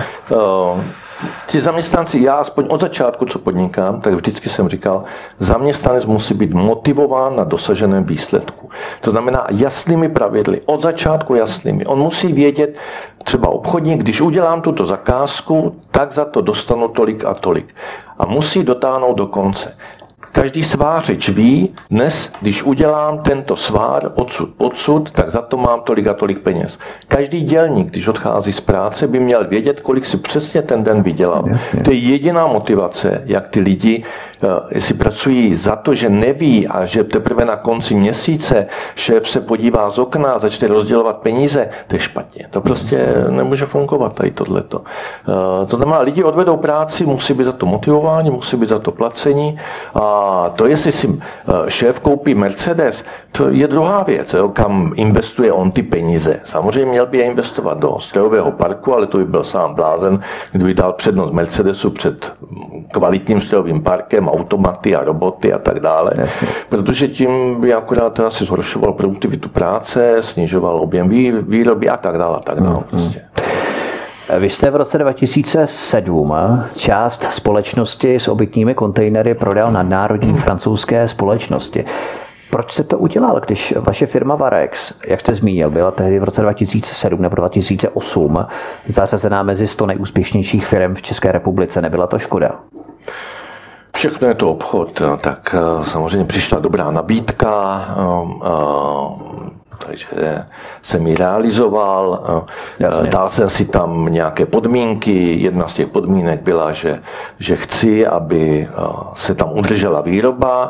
Ti zaměstnanci, já aspoň od začátku, co podnikám, tak vždycky jsem říkal, zaměstnanec musí být motivován na dosaženém výsledku. To znamená jasnými pravidly, od začátku jasnými. On musí vědět, třeba obchodník, když udělám tuto zakázku, tak za to dostanu tolik a tolik. A musí dotáhnout do konce. Každý svářič ví, dnes, když udělám tento svár odsud, tak za to mám tolik a tolik peněz. Každý dělník, když odchází z práce, by měl vědět, kolik si přesně ten den vydělal. Jasně. To je jediná motivace, jak ty lidi, jestli pracují za to, že neví a že teprve na konci měsíce šéf se podívá z okna a začne rozdělovat peníze, to je špatně. To prostě nemůže fungovat tady tohleto. To znamená, lidi odvedou práci, musí být za to motivováni, musí být za to placení. A to, jestli si šéf koupí Mercedes, to je druhá věc, jo, kam investuje on ty peníze. Samozřejmě měl by je investovat do strojového parku, ale to by byl sám blázen, kdyby dal přednost Mercedesu před kvalitním strojovým parkem, automaty a roboty a tak dále. Jasně. Protože tím by akorát asi zhoršoval produktivitu práce, snižoval objem výroby a tak dále. Prostě. Vy jste v roce 2007 část společnosti s obytnými kontejnery prodal nadnárodní francouzské společnosti. Proč jste to udělal, když vaše firma Varex, jak jste zmínil, byla tehdy v roce 2007 nebo 2008 zařazená mezi 100 nejúspěšnějších firm v České republice? Nebyla to škoda? Všechno je to obchod, tak samozřejmě přišla dobrá nabídka, takže jsem ji realizoval. Dal jsem si tam nějaké podmínky. Jedna z těch podmínek byla, že chci, aby se tam udržela výroba,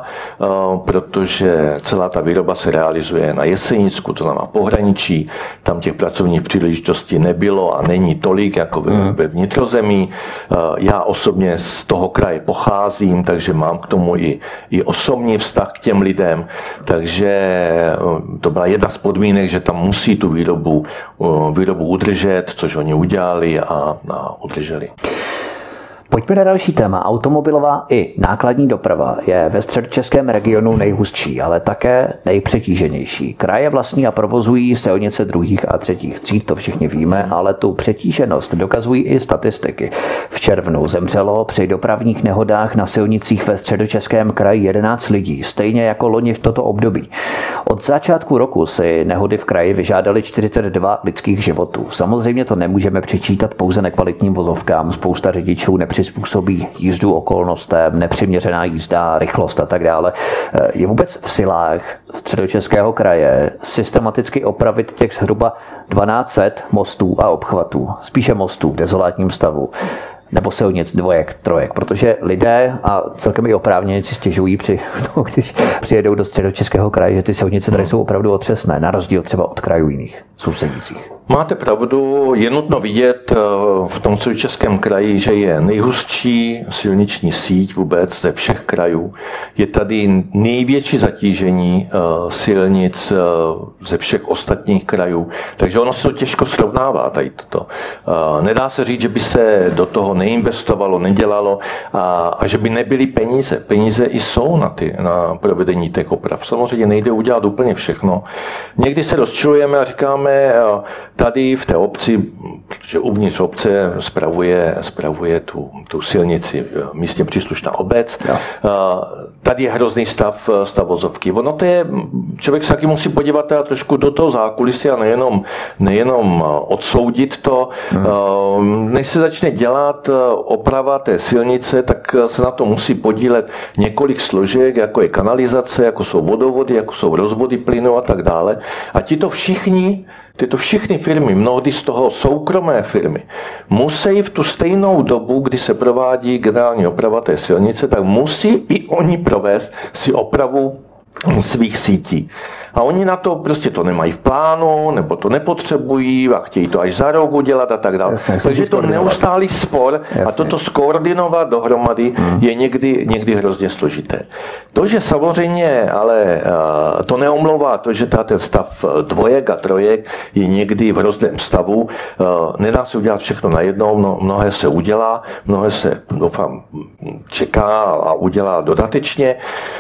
protože celá ta výroba se realizuje na Jesenicku, to znamená pohraničí. Tam těch pracovních příležitostí nebylo a není tolik jako ve vnitrozemí. Já osobně z toho kraje pocházím, takže mám k tomu i osobní vztah k těm lidem, takže to byla jedna z podmínek, že tam musí tu výrobu udržet, což oni udělali a udrželi. Pojďme na další téma. Automobilová i nákladní doprava je ve středočeském regionu nejhustší, ale také nejpřetíženější. Kraje vlastní a provozují silnice druhých a třetích tříd, to všichni víme, ale tu přetíženost dokazují i statistiky. V červnu zemřelo při dopravních nehodách na silnicích ve středočeském kraji 11 lidí, stejně jako loni v toto období. Od začátku roku si nehody v kraji vyžádaly 42 lidských životů. Samozřejmě to nemůžeme přičítat pouze nekvalitním vozovkám. Spousta řidičů nepřizpůsobí jízdu okolnostem, nepřiměřená jízda, rychlost a tak dále. Je vůbec v silách středočeského kraje systematicky opravit těch zhruba 1200 mostů a obchvatů, spíše mostů v dezolátním stavu, nebo silnic dvojek, trojek, protože lidé a celkem i oprávněně si stěžují když přijedou do středočeského kraje, že ty silnice tady jsou opravdu otřesné, na rozdíl třeba od krajů jiných sousedících. Máte pravdu, je nutno vidět v tom středočeském kraji, že je nejhustší silniční síť vůbec ze všech krajů. Je tady největší zatížení silnic ze všech ostatních krajů, takže ono se to těžko srovnává tady toto. Nedá se říct, že by se do toho neinvestovalo, nedělalo a že by nebyly peníze. Peníze i jsou na provedení těch oprav. Samozřejmě nejde udělat úplně všechno. Někdy se rozčilujeme a říkáme, tady v té obci, protože uvnitř obce spravuje tu silnici místně příslušná obec, tady je hrozný stav vozovky. Ono to je, člověk se taky musí podívat teda trošku do toho zákulisí a nejenom odsoudit to. Než se začne dělat oprava té silnice, tak se na to musí podílet několik složek, jako je kanalizace, jako jsou vodovody, jako jsou rozvody plynu a tak dále. A tyto všechny firmy, mnohdy z toho soukromé firmy, musí v tu stejnou dobu, kdy se provádí generální oprava té silnice, tak musí i oni provést si opravu svých sítí. A oni na to prostě to nemají v plánu, nebo to nepotřebují a chtějí to až za rok udělat a tak dále. Jasně, takže to neustálý spor. Jasně. A toto skoordinovat dohromady je někdy hrozně složité. To, že samozřejmě, ale to neomlouvá to, že ten stav dvojek a trojek je někdy v hrozném stavu. Nedá se udělat všechno najednou, mnohé se udělá, mnohé se, doufám, čeká a udělá dodatečně.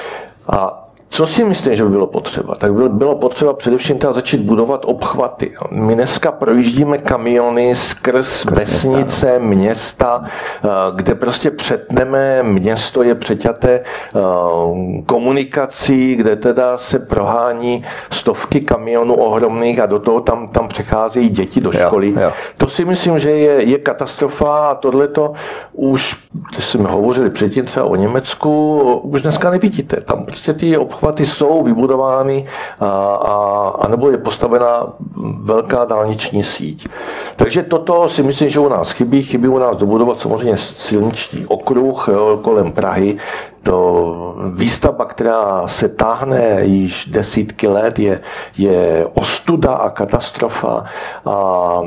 A co si myslím, že by bylo potřeba? Tak bylo potřeba především začít budovat obchvaty. My dneska projíždíme kamiony skrz vesnice, města, kde prostě přetneme, město je přeťaté komunikací, kde teda se prohání stovky kamionů ohromných a do toho tam přecházejí děti do školy. Jo. To si myslím, že je katastrofa a tohleto už, když jsme hovořili předtím třeba o Německu, už dneska nevidíte. Tam prostě ty obchvaty jsou vybudovány a nebo je postavena velká dálniční síť. Takže toto si myslím, že u nás chybí u nás dobudovat samozřejmě silniční okruh kolem Prahy. To výstavba, která se táhne již desítky let, je ostuda a katastrofa. A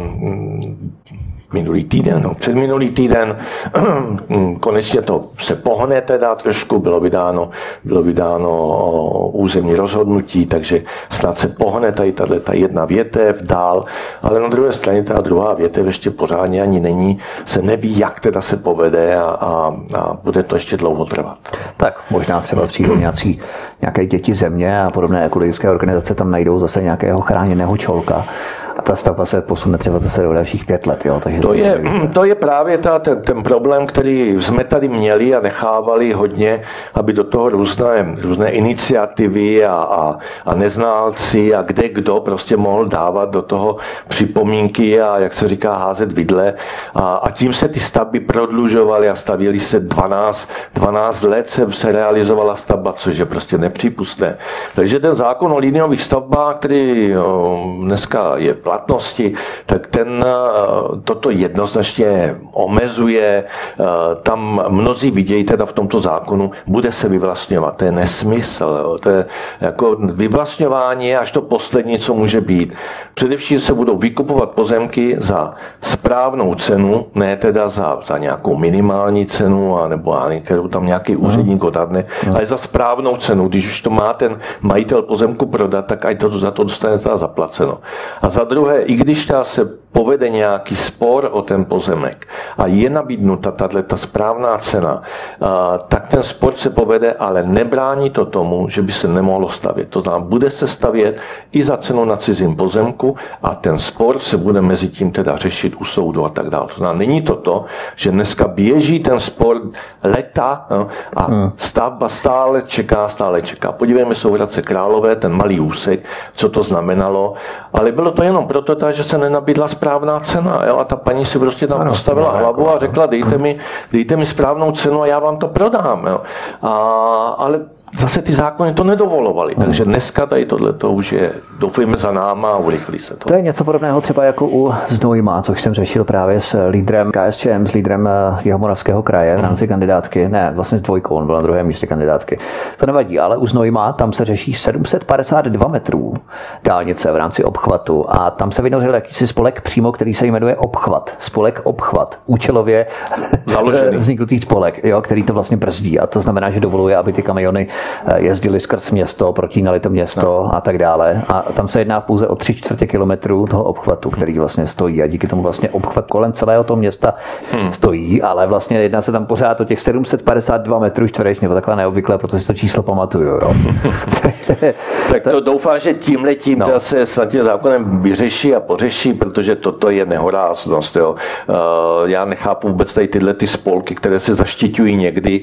předminulý týden konečně to se pohne teda trošku, bylo vydáno územní rozhodnutí, takže snad se pohne tady ta jedna větev dál, ale na druhé straně ta druhá větev ještě pořádně ani není, se neví, jak teda se povede a bude to ještě dlouho trvat. Tak možná třeba přijdou nějaké děti země a podobné ekologické organizace tam najdou zase nějakého chráněného čolka A ta stavba se posune třeba zase do dalších 5 let, jo? Takže to je právě ten problém, který jsme tady měli a nechávali hodně, aby do toho různé iniciativy a neználci a kde kdo prostě mohl dávat do toho připomínky a, jak se říká, házet vidle. A tím se ty stavby prodlužovaly a stavěly se 12 let se realizovala stavba, což je prostě nepřípustné. Takže ten zákon o liniových stavbách, který dneska je v platnosti, tak toto jednoznačně omezuje. Tam mnozí vidějí teda v tomto zákonu, bude se vyvlastňovat. To je nesmysl. To je jako vyvlastňování až to poslední, co může být. Především se budou vykupovat pozemky za správnou cenu, ne teda za nějakou minimální cenu, nebo kterou tam nějaký úředník odhadne, ale za správnou cenu. Když už to má ten majitel pozemku prodat, tak ať to za to dostane zaplaceno. A za druhé, i když se povede nějaký spor o ten pozemek a je nabídnuta ta správná cena, tak ten spor se povede, ale nebrání to tomu, že by se nemohlo stavět. To znamená, bude se stavět i za cenu na cizím pozemku a ten spor se bude mezi tím teda řešit u soudu a tak dále. To znamená, není to, že dneska běží ten spor leta a stavba stále čeká. Podívejme se u Hradce Králové, ten malý úsek, co to znamenalo, ale bylo to jenom proto, že se nenabídla správná cena. Jo? A ta paní si prostě tam postavila hlavu a řekla, dejte mi správnou cenu a já vám to prodám. Jo? Ale zase ty zákony to nedovolovaly, takže dneska tady tohleto už je, doufejme, za náma a urychlí se to. To je něco podobného třeba jako u Znojma, což jsem řešil právě s lídrem KSČM, s lídrem Jihomoravského kraje v rámci kandidátky, ne, vlastně s dvojkou, on byl na druhém místě kandidátky. To nevadí, ale u Znojma tam se řeší 752 metrů dálnice v rámci obchvatu a tam se vynořil jakýsi spolek přímo, který se jmenuje Obchvat. Spolek Obchvat. Účelově vzniknutý spolek, jo, který to vlastně brzdí a to znamená, že dovoluje, aby ty kamiony jezdili skrz město, protínali to město a tak dále. A tam se jedná pouze o 3/4 kilometru toho obchvatu, který vlastně stojí a díky tomu vlastně obchvat kolem celého toho města stojí, ale vlastně jedná se tam pořád o těch 752 metrů čtverečně, to takhle neobvykle, protože si to číslo pamatuju. Jo. Tak to doufám, že tímhletím se snad tím zákonem vyřeší a pořeší, protože toto je nehoráznost. Jo. Já nechápu vůbec tady tyhle spolky, které se zaštiťují někdy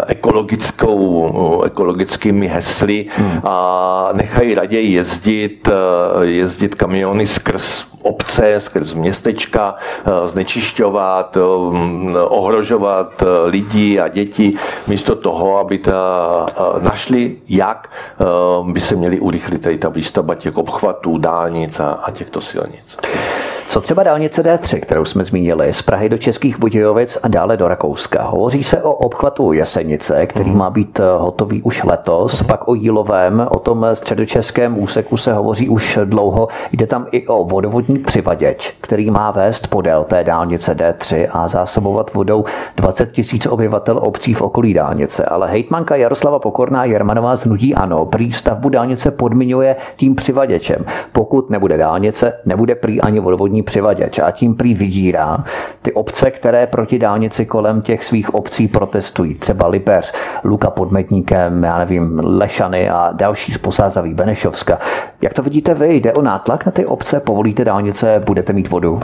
ekologickými hesly a nechají raději jezdit kamiony skrz obce, skrz městečka, znečišťovat, ohrožovat lidi a děti, místo toho, aby našli, jak by se měli urychlit tady ta výstavba těch obchvatů, dálnic a těchto silnic. Co třeba dálnice D3, kterou jsme zmínili, z Prahy do Českých Budějovic a dále do Rakouska. Hovoří se o obchvatu Jesenice, který má být hotový už letos, pak o Jílovém, o tom středočeském úseku se hovoří už dlouho. Jde tam i o vodovodní přivaděč, který má vést podél té dálnice D3 a zásobovat vodou 20 000 obyvatel obcí v okolí dálnice. Ale hejtmanka Jaroslava Pokorná Jermanová z hnutí ANO prý stavbu dálnice podmiňuje tím přivaděčem. Pokud nebude dálnice, nebude prý ani vodovodní přivaděč a tím prý vydírá ty obce, které proti dálnici kolem těch svých obcí protestují. Třeba Lipeř, Luka pod Medníkem, já nevím, Lešany a další z Posázaví, Benešovska. Jak to vidíte vy? Jde o nátlak na ty obce? Povolíte dálnice, budete mít vodu?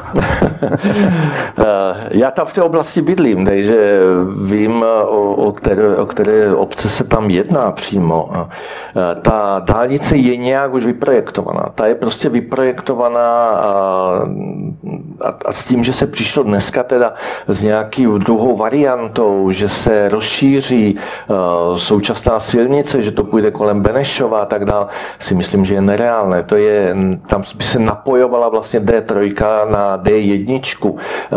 Já tam v té oblasti bydlím, takže vím, o které obce se tam jedná přímo. Ta dálnice je nějak už vyprojektovaná. Ta je prostě vyprojektovaná a s tím, že se přišlo dneska teda s nějakou druhou variantou, že se rozšíří současná silnice, že to půjde kolem Benešova a tak dále, si myslím, že je nereálné. Tam by se napojovala vlastně D3 na D1.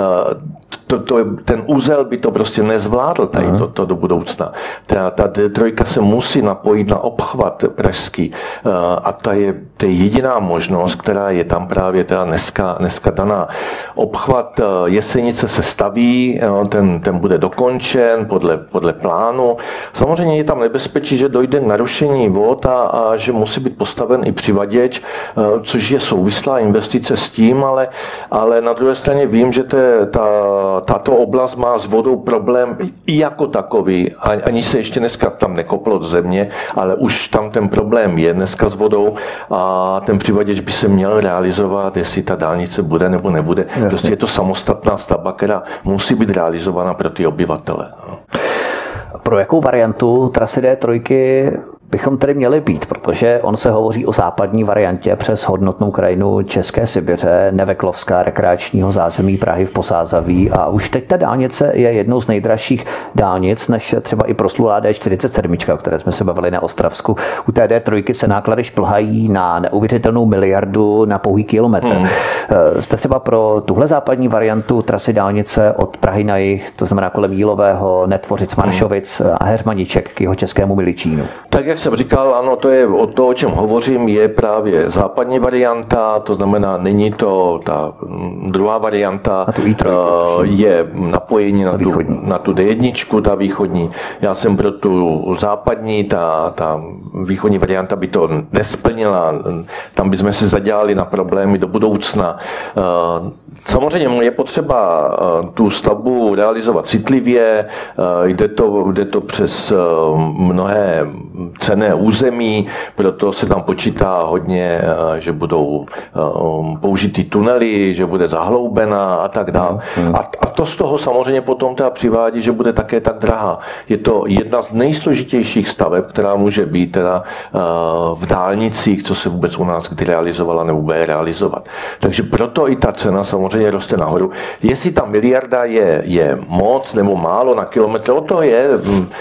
Ten úzel by to prostě nezvládl tady to do budoucna. Ta D3 se musí napojit na obchvat pražský a to je jediná možnost, která je tam právě teda dneska daná. Obchvat Jesenice se staví, ten bude dokončen podle plánu. Samozřejmě je tam nebezpečí, že dojde k narušení vod a že musí být postaven i přivaděč, což je souvislá investice s tím, ale na druhé straně vím, že ta tato oblast má s vodou problém i jako takový. Ani se ještě dneska tam nekoplo do země, ale už tam ten problém je dneska s vodou a ten přivaděč by se měl realizovat, jestli ta dálnice bude nebo nebude. Jasně. Prostě je to samostatná stavba, která musí být realizována pro ty obyvatele. Pro jakou variantu trasy D3 bychom tedy měli být, protože on se hovoří o západní variantě přes hodnotnou krajinu České Sibiře, Neveklovská, rekreačního zázemí Prahy v Posázaví a už teď ta dálnice je jednou z nejdražších dálnic, než třeba i proslulá D47, o které jsme se bavili na Ostravsku. U té D3 se náklady šplhají na neuvěřitelnou miliardu na pouhý kilometr. Jste třeba pro tuhle západní variantu trasy dálnice od Prahy na jih, to znamená kolem Jílového, Netvořic, Maršovic a Heřmaniček k jeho českému Miličínu? Tak jak jsem říkal, ano, to je o to, o čem hovořím, je právě západní varianta, to znamená, není to ta druhá varianta, je napojení na tu D1, ta východní. Já jsem pro tu západní, ta východní varianta by to nesplnila, tam bychom si zadělali na problémy do budoucna. Samozřejmě je potřeba tu stavbu realizovat citlivě, jde to přes mnohé cenné území, proto se tam počítá hodně, že budou použity tunely, že bude zahloubena a tak dále. A to z toho samozřejmě potom teda přivádí, že bude také tak drahá. Je to jedna z nejsložitějších staveb, která může být teda v dálnicích, co se vůbec u nás kdy realizovala nebo bude realizovat. Takže proto i ta cena samozřejmě roste nahoru. Jestli ta miliarda je moc nebo málo na kilometr, o to je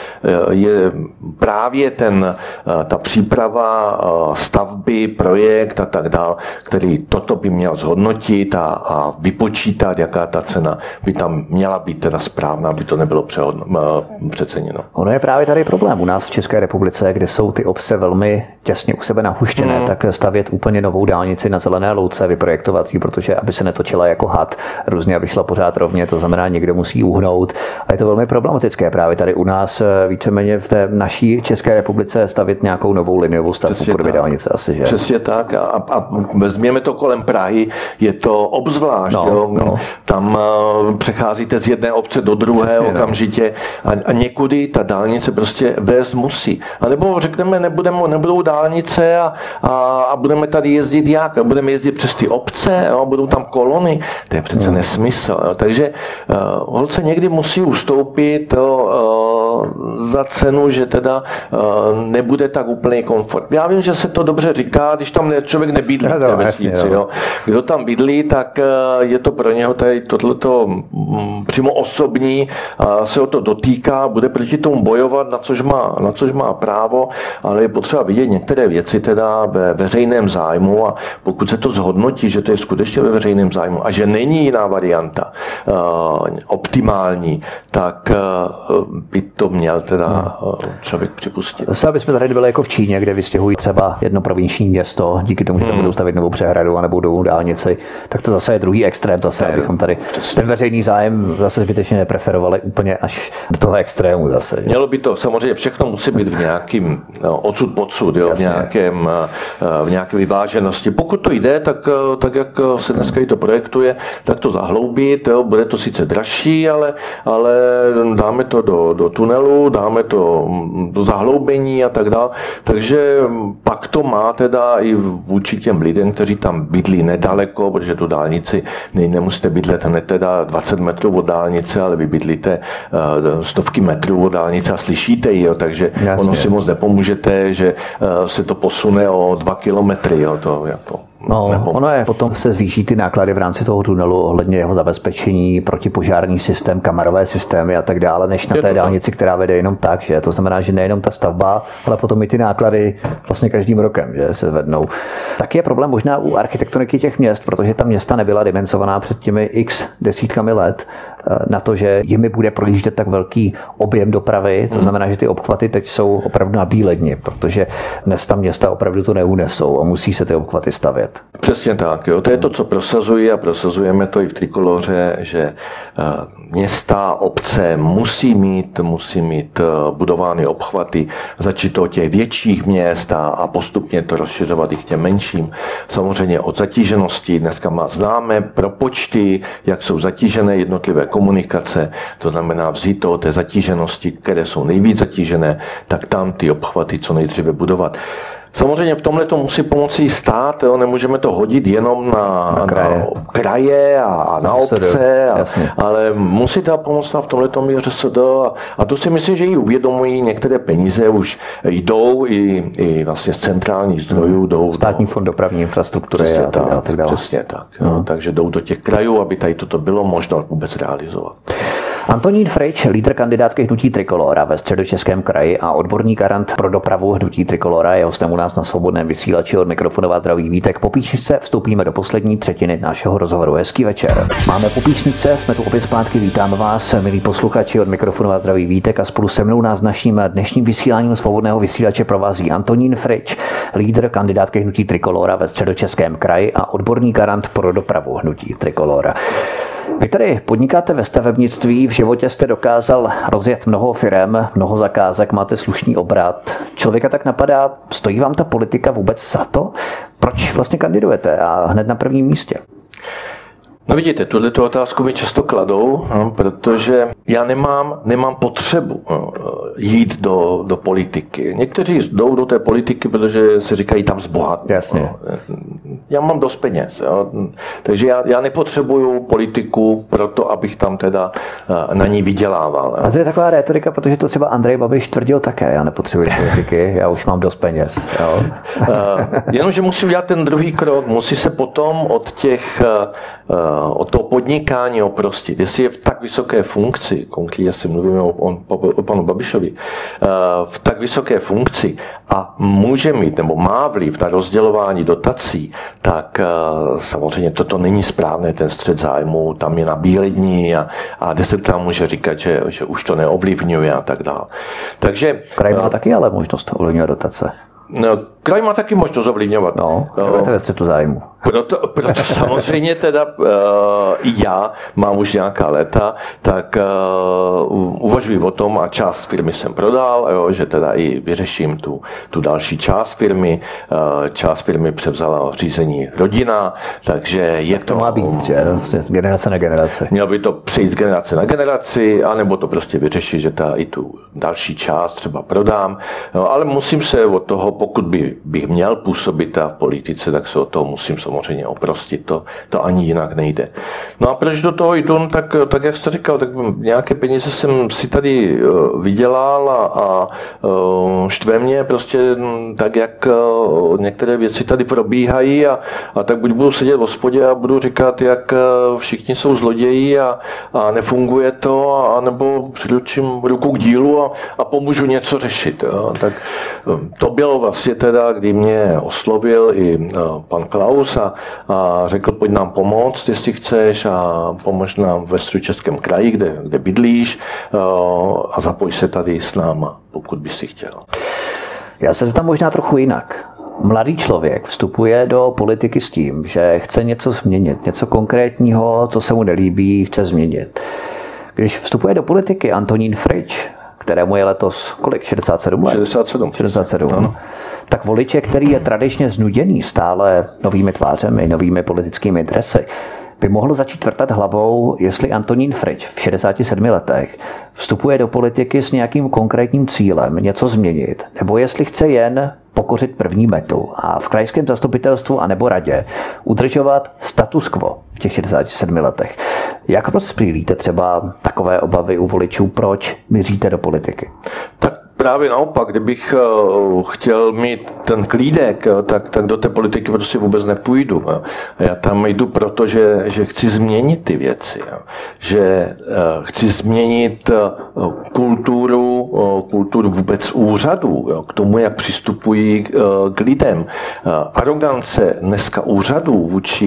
právě ta příprava stavby, projekt a tak dál, který toto by měl zhodnotit a vypočítat, jaká ta cena by tam měla být teda správná, aby to nebylo přeceněno. Ono je právě tady problém u nás v České republice, kde jsou ty obce velmi těsně u sebe nahuštěné, tak stavět úplně novou dálnici na zelené louce, vyprojektovat ji, protože aby se netočila jako had, různě aby šla pořád rovně, to znamená, někdo musí uhnout. A je to velmi problematické právě tady u nás víceméně v té naší České republice stavět nějakou novou liniovou stavbu podoby dálnice asi, že? Přesně tak. A vezměme to kolem Prahy, je to obzvlášť. Tam přecházíte z jedné obce do druhé okamžitě a někudy ta dálnice prostě vést musí. A nebo řekneme, nebudou dálnice a budeme tady jezdit jak? Budeme jezdit přes ty obce, budou tam kolony. To je přece nesmysl. Takže holce někdy musí ustoupit za cenu, že teda nebude tak úplný komfort. Já vím, že se to dobře říká, když tam člověk nebydlí v té vesnici. Kdo tam bydlí, tak je to pro něho tady tohleto přímo osobní, se o to dotýká, bude proti tomu bojovat, na což má právo, ale je potřeba vidět některé věci teda ve veřejném zájmu a pokud se to zhodnotí, že to je skutečně ve veřejném zájmu a že není jiná varianta optimální, tak by to měl teda člověk připustit. Zase, aby jsme tady byli jako v Číně, kde vystěhují třeba jedno provinční město, díky tomu, že tam budou stavit novou přehradu a nebudou dálnici, tak to zase je druhý extrém, zase, abychom tady ten veřejný zájem zase zbytečně nepreferovali úplně až do toho extrému zase. Mělo by to, samozřejmě všechno musí být v nějakým odsud podsud, v nějaké vyváženosti. Pokud to jde, tak jak se dneska i to projektuje, tak to zahloubit, bude to sice dražší, ale dáme to do tunelu, dáme to do zahloubení a tak dále. Takže pak to má teda i vůči těm lidem, kteří tam bydlí nedaleko, protože tu dálnici nemusíte bydlet hned teda 20 metrů od dálnice, ale vy bydlíte stovky metrů od dálnice a slyšíte ji, takže ono si moc nepomůžete, že se to posune o 2 kilometry. Ono je, potom se zvýší ty náklady v rámci toho tunelu ohledně jeho zabezpečení, protipožární systém, kamerové systémy a tak dále, než na té dálnici, která vede jenom tak, že to znamená, že nejenom ta stavba, ale potom i ty náklady vlastně každým rokem, že se vednou. Tak je problém možná u architektoniky těch měst, protože ta města nebyla dimenzovaná před těmi x desítkami let na to, že jimi bude projíždět tak velký objem dopravy, to znamená, že ty obchvaty teď jsou opravdu na bíledni, protože dnes ta města opravdu to neunesou a musí se ty obchvaty stavět. Přesně tak. To je to, co prosazují a prosazujeme to i v Trikoloře, že města, obce musí mít budovány obchvaty, začít od těch větších měst a postupně to rozšiřovat i k těm menším. Samozřejmě od zatíženosti dneska známe propočty, jak jsou zatížené jednotlivé komunikace, to znamená vzít to té zatíženosti, které jsou nejvíc zatížené, tak tam ty obchvaty co nejdříve budovat. Samozřejmě v tomhle to musí pomoci i stát, jo? Nemůžeme to hodit jenom na kraje a na obce, ale musí ta pomoc v tomhle i ŘSD a to si myslím, že i uvědomují, některé peníze už jdou i vlastně z centrálních zdrojů. Jdou Státní fond dopravní infrastruktury a tak dále. Přesně tak. Jo? Takže jdou do těch krajů, aby tady toto bylo možno vůbec realizovat. Antonín Frič, lídr kandidátky hnutí Trikolóra ve Středočeském kraji a odborný garant pro dopravu hnutí Trikolóra, je hostem u nás na Svobodném vysílači. Od mikrofonu vás zdraví Vítek. Po písničce vstoupíme do poslední třetiny našeho rozhovoru. Hezký večer. Máme po písničce, jsme tu opět zpátky. Vítáme vás, milí posluchači, od mikrofonu vás zdraví Vítek a spolu se mnou nás naším dnešním vysíláním Svobodného vysílače provází Antonín Frič, lídr kandidátky hnutí Trikolóra ve Středočeském kraji a odborný garant pro dopravu hnutí Trikolóra. Vy tady podnikáte ve stavebnictví, v životě jste dokázal rozjet mnoho firem, mnoho zakázek, máte slušný obrat. Člověka tak napadá, stojí vám ta politika vůbec za to? Proč vlastně kandidujete a hned na prvním místě? No vidíte, tuto otázku mi často kladou, protože já nemám potřebu jít do politiky. Někteří jdou do té politiky, protože se říkají tam zbohatnout. Jasně. Já mám dost peněz, jo. Takže já nepotřebuju politiku proto, abych tam teda na ní vydělával. Jo. A to je taková rétorika, protože to třeba Andrej Babiš tvrdil také. Já nepotřebuji politiky, já už mám dost peněz. Jo. Jenomže musí udělat ten druhý krok, musí se potom od toho podnikání oprostit. Jestli je v tak vysoké funkci, konkrétně si mluvíme o panu Babišovi, v tak vysoké funkci a může mít nebo má vliv na rozdělování dotací, tak samozřejmě toto není správné, ten střet zájmu, tam je nabílední a 10krát může říkat, že už to neovlivňuje a tak dále. Takže kraj má taky ale možnost ovlivňovat dotace. No, kraj má taky možnost ovlivňovat. No, to je střetu zájmu. Proto samozřejmě teda i já mám už nějaká léta, tak uvažuji o tom a část firmy jsem prodal, jo, že teda i vyřeším tu další část firmy. Část firmy převzala řízení rodina, takže je to... má být, že? Generace na generaci. Mělo by to přejít z generace na generaci, anebo to prostě vyřešit, že i tu další část třeba prodám. No, ale musím se od toho, pokud bych měl působit v politice, tak se od toho musím samozřejmě oprostit. To ani jinak nejde. No a proč do toho jdu? Tak jak jste říkal, tak nějaké peníze jsem si tady vydělal a štve mě prostě tak, jak některé věci tady probíhají a tak buď budu sedět v hospodě a budu říkat, jak všichni jsou zloději a nefunguje to, anebo přiručím ruku k dílu a pomůžu něco řešit. Jo. Tak to bylo vlastně teda, kdy mě oslovil i pan Klaus a řekl, pojď nám pomoct, jestli chceš, a pomož nám ve Středočeském kraji, kde bydlíš, a zapoj se tady s náma, pokud bys si chtěl. Já se tam možná trochu jinak. Mladý člověk vstupuje do politiky s tím, že chce něco změnit, něco konkrétního, co se mu nelíbí, chce změnit. Když vstupuje do politiky Antonín Frič, kterému je letos kolik? 67 let? 67. Ano. Tak voliče, který je tradičně znuděný stále novými tvářemi, novými politickými dresy, by mohl začít vrtat hlavou, jestli Antonín Frič v 67 letech vstupuje do politiky s nějakým konkrétním cílem něco změnit, nebo jestli chce jen pokořit první metu a v krajském zastupitelstvu anebo radě udržovat status quo v těch 67 letech. Jak rozptýlíte třeba takové obavy u voličů, proč míříte do politiky? Tak právě naopak, kdybych chtěl mít ten klídek, tak do té politiky prostě vůbec nepůjdu. Já tam jdu proto, že chci změnit ty věci. Že chci změnit kulturu vůbec úřadů, k tomu, jak přistupují k lidem. Arogance dneska úřadů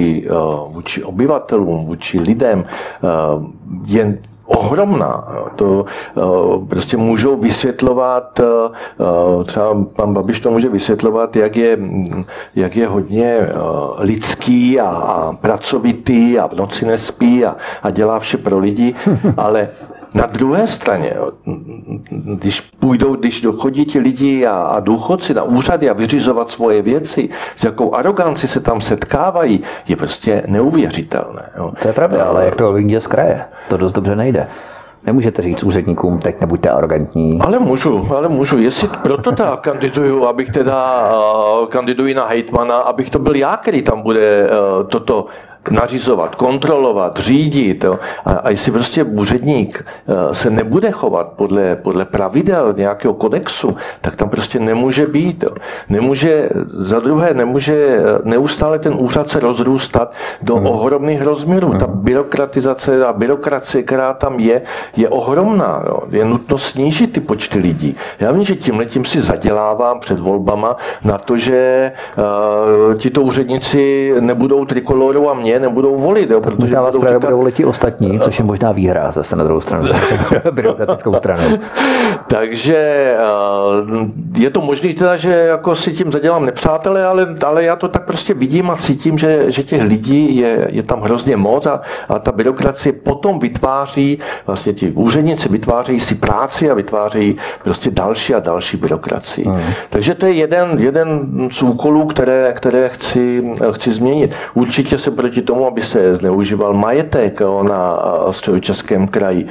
vůči obyvatelům, vůči lidem je ohromná. To prostě můžou vysvětlovat, třeba pan Babiš to může vysvětlovat, jak je hodně lidský a pracovitý a v noci nespí a dělá vše pro lidi, ale Na druhé straně, když dochodí ti lidi a důchodci na úřady a vyřizovat svoje věci, s jakou aroganci se tam setkávají, je prostě neuvěřitelné. Jo. To je pravda, ale jak to ovlivní z kraje? To dost dobře nejde. Nemůžete říct úředníkům, teď nebuďte arrogantní. Ale můžu. Jestli proto kandiduji na hejtmana, abych to byl já, který tam bude toto nařizovat, kontrolovat, řídit. Jo. A jestli prostě úředník se nebude chovat podle pravidel nějakého kodexu, tak tam prostě nemůže být. Jo. Nemůže neustále ten úřad se rozrůstat do ohromných rozměrů. Ta byrokratizace a byrokracie, která tam je ohromná. Jo. Je nutno snížit ty počty lidí. Já vím, že tímhletím si zadělávám před volbama na to, že tito úředníci nebudou trikoloru a mě nebudou volit, jo, protože budou volit ti ostatní, což je možná výhra zase na druhou stranu, byrokratickou stranu. Takže je to možné teda, že jako si tím zadělám nepřátelé, ale já to tak prostě vidím a cítím, že těch lidí je tam hrozně moc a ta byrokracie potom vytváří, vlastně ti úředníci vytváří si práci a vytváří prostě další a další byrokracii. Takže to je jeden z úkolů, které chci změnit. Určitě se proti tomu, aby se zneužíval majetek na Středočeském kraji.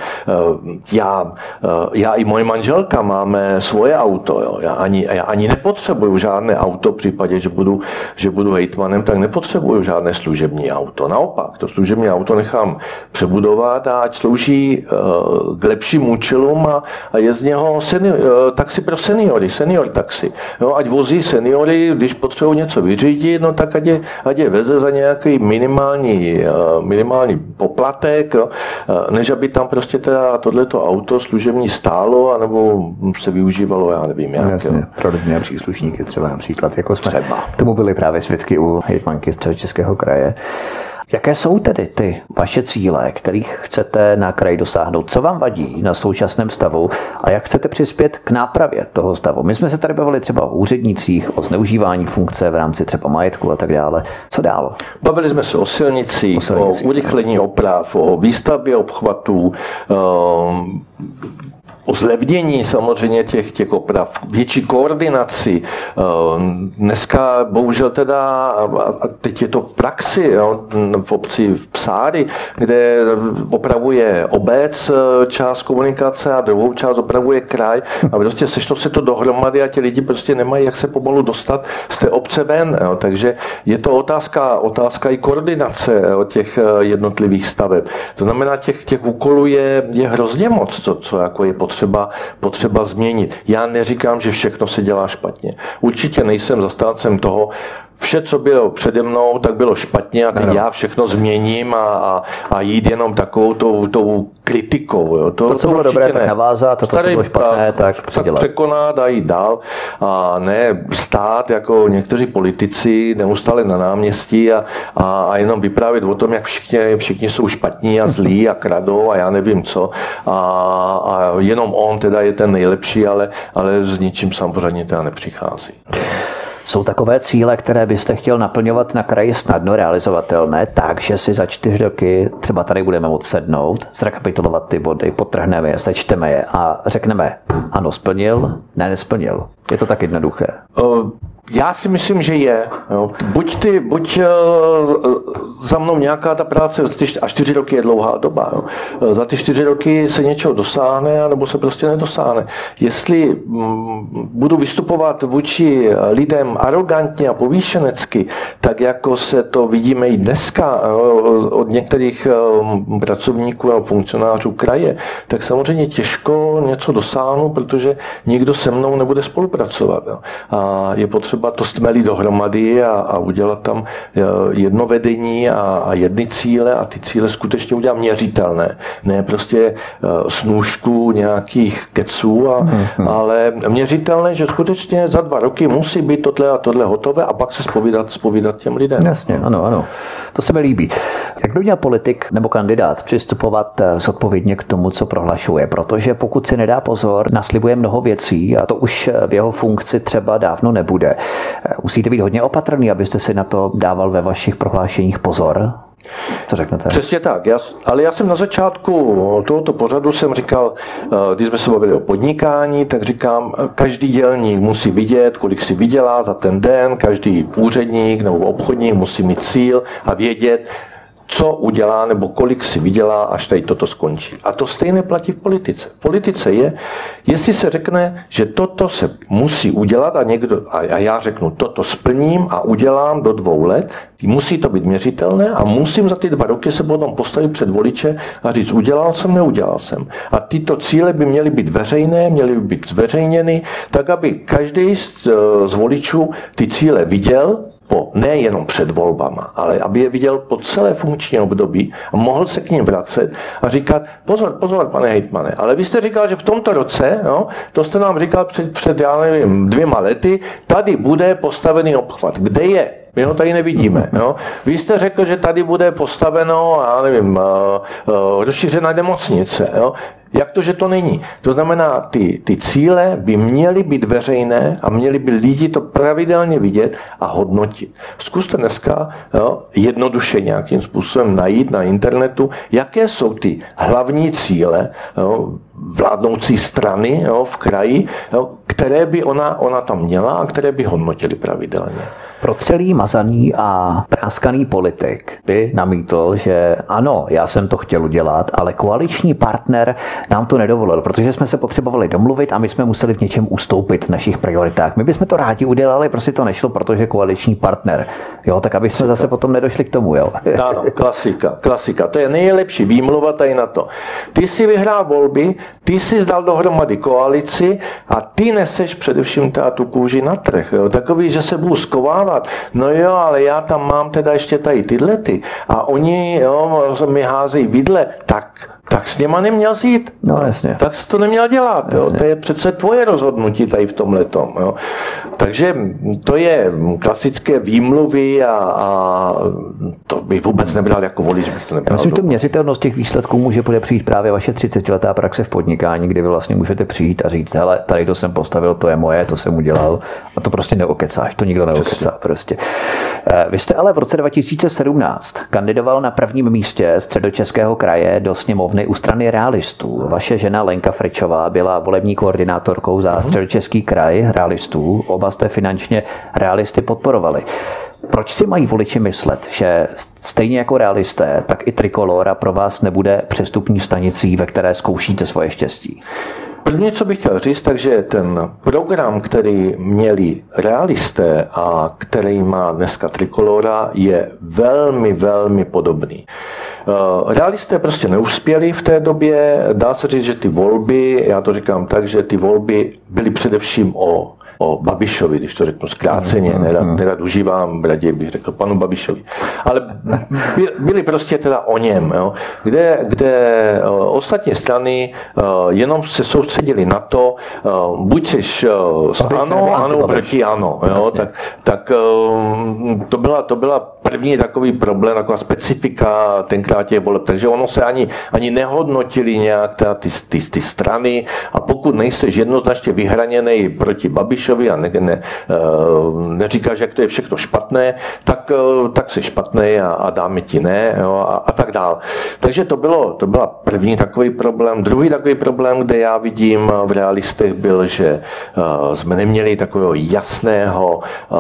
Já i moje manželka máme svoje auto. Jo. Já ani nepotřebuju žádné auto v případě, že budu hejtmanem, tak nepotřebuju žádné služební auto. Naopak, to služební auto nechám přebudovat a ať slouží k lepším účelům a je z něho taxi pro seniory, senior taxi. Jo, ať vozí seniory, když potřebují něco vyřídit, no tak ať je veze za nějaký minimální poplatek, jo, než aby tam prostě teda tohleto auto služební stálo, anebo se využívalo, já nevím jak. Jasně, pro rodinné příslušníky třeba například, jako jsme tomu byli právě svědky u hejtmanky Středočeského kraje. Jaké jsou tedy ty vaše cíle, kterých chcete na kraji dosáhnout? Co vám vadí na současném stavu a jak chcete přispět k nápravě toho stavu? My jsme se tady bavili třeba o úřednicích, o zneužívání funkce v rámci třeba majetku a tak dále. Co dál? Bavili jsme se o silnicích, o urychlení oprav, o výstavbě obchvatů, o zlevnění samozřejmě těch oprav, větší koordinaci. Dneska bohužel teda, a teď je to v praxi, jo, v obci v Psáry, kde opravuje obec část komunikace a druhou část opravuje kraj a prostě sešlo se to dohromady a ti lidi prostě nemají jak se pomalu dostat z té obce ven. Jo. Takže je to otázka i koordinace těch jednotlivých staveb. To znamená, těch úkolů je hrozně moc, co jako je potřeba změnit. Já neříkám, že všechno se dělá špatně. Určitě nejsem zastáncem toho, vše, co bylo přede mnou, tak bylo špatně a teď já všechno změním a jít jenom takovou tou kritikou. Jo. To, co bylo dobré, tak navázat, a to, co bylo špatné, tak předělat. Překonat a jít dál a ne stát jako někteří politici neustále na náměstí a jenom vyprávět o tom, jak všichni jsou špatní a zlí a kradou a já nevím co. A jenom on teda je ten nejlepší, ale s ničím samozřejmě teda nepřichází. Jsou takové cíle, které byste chtěl naplňovat na kraji snadno realizovatelné, takže si za 4 roky třeba tady budeme moct sednout, zrekapitulovat ty body, podtrhneme je, sečteme je a řekneme, ano, splnil, ne, nesplnil. Je to tak jednoduché. Já si myslím, že je. Jo. Buď za mnou nějaká ta práce, a 4 roky je dlouhá doba. Jo. Za ty 4 roky se něčeho dosáhne, anebo se prostě nedosáhne. Jestli budu vystupovat vůči lidem arrogantně a povýšenecky, tak jako se to vidíme i dneska od některých pracovníků a funkcionářů kraje, tak samozřejmě těžko něco dosáhnu, protože nikdo se mnou nebude spolupracovat. Jo. A je potřeba to stmelí dohromady a udělat tam jedno vedení a jedny cíle a ty cíle skutečně udělat měřitelné. Ne prostě snůžku nějakých keců, ale měřitelné, že skutečně za 2 roky musí být tohle a tohle hotové a pak se zpovídat těm lidem. Jasně, ano. To se mi líbí. Jak by měl politik nebo kandidát přistupovat zodpovědně k tomu, co prohlašuje? Protože pokud si nedá pozor, naslibuje mnoho věcí a to už v jeho funkci třeba dávno nebude. Musíte být hodně opatrný, abyste si na to dával ve vašich prohlášeních pozor. Co řeknete? Přesně tak. Ale já jsem na začátku tohoto pořadu jsem říkal, když jsme se bavili o podnikání, tak říkám, každý dělník musí vidět, kolik si vydělá za ten den, každý úředník nebo obchodník musí mít cíl a vědět, co udělá nebo kolik si vydělá, až tady toto skončí. A to stejné platí v politice. V politice je, jestli se řekne, že toto se musí udělat a já řeknu, toto splním a udělám do 2 let, musí to být měřitelné a musím za ty 2 roky se potom postavit před voliče a říct, udělal jsem, neudělal jsem. A tyto cíle by měly být veřejné, měly by být zveřejněny, tak aby každý z voličů ty cíle viděl, nejenom před volbama, ale aby je viděl po celé funkční období a mohl se k ním vracet a říkat, pozor, pane hejtmane, ale vy jste říkal, že v tomto roce, no, to jste nám říkal před já nevím, 2 lety, tady bude postavený obchvat. Kde je? My ho tady nevidíme. Jo? Vy jste řekl, že tady bude postaveno, já nevím, rozšířená nemocnice. Jo? Jak to, že to není? To znamená, ty cíle by měly být veřejné a měli by lidi to pravidelně vidět a hodnotit. Zkuste dneska jednoduše nějakým způsobem najít na internetu, jaké jsou ty hlavní cíle vládnoucí strany v kraji, které by ona tam měla a které by hodnotili pravidelně. Protřelý, mazaný a práskaný politik by namítl, že ano, já jsem to chtěl udělat, ale koaliční partner nám to nedovolil, protože jsme se potřebovali domluvit a my jsme museli v něčem ustoupit v našich prioritách. My bychom to rádi udělali, prostě to nešlo, protože koaliční partner. Jo, tak aby jsme zase potom nedošli k tomu, jo. Ano, klasika. To je nejlepší výmluva tady na to. Ty si vyhrál volby, ty si dal dohromady koalici a ty neseš především tu kůži na trh. Jo. Takový, že se budu skovávat. No jo, ale já tam mám teda ještě tady tyhle a oni mi házejí vidle, tak s něma neměl jít. No jasně. Tak jsi to neměl dělat. Jo. To je přece tvoje rozhodnutí tady v tomhletom. Jo. Takže to je klasické výmluvy a to bych vůbec nebral jako volič, bych to nebral. Já myslím, že tu měřitelnost těch výsledků může podepřít právě vaše 30letá praxe v podnikání, kdy vy vlastně můžete přijít a říct, hele, tady to jsem postavil, to je moje, to jsem udělal a to prostě neokecáš, to nikdo neokecá prostě. Vy jste ale v roce 2017 kandidoval na prvním místě Středočeského kraje do sněmovny u strany Realistů. Vaše žena Lenka Fričová byla volební koordinátorkou za Středočeský kraj Realistů. Oba jste finančně Realisty podporovali. Proč si mají voliči myslet, že stejně jako Realisté, tak i Trikolóra pro vás nebude přestupní stanicí, ve které zkoušíte svoje štěstí? První, co bych chtěl říct, takže ten program, který měli Realisté a který má dneska Trikolóra, je velmi, velmi podobný. Realisté prostě neuspěli v té době, dá se říct, že ty volby, já to říkám tak, že ty volby byly především o Babišovi, když to řeknu zkráceně, nerad užívám, raději bych řekl panu Babišovi. Ale byli prostě teda o něm, jo, kde ostatní strany jenom se soustředili na to, buď seš ano, proti ano. Jo, tak to byla první takový problém, taková specifika tenkrát těch voleb. Takže ono se ani nehodnotili nějak ty strany a pokud nejseš jednoznačně vyhraněný proti Babišovi a neříkáš, jak to je všechno špatné, tak jsi špatný a dáme ti ne, jo, a tak dál. Takže to byla první takový problém. Druhý takový problém, kde já vidím v Realistech byl, že jsme neměli takového jasného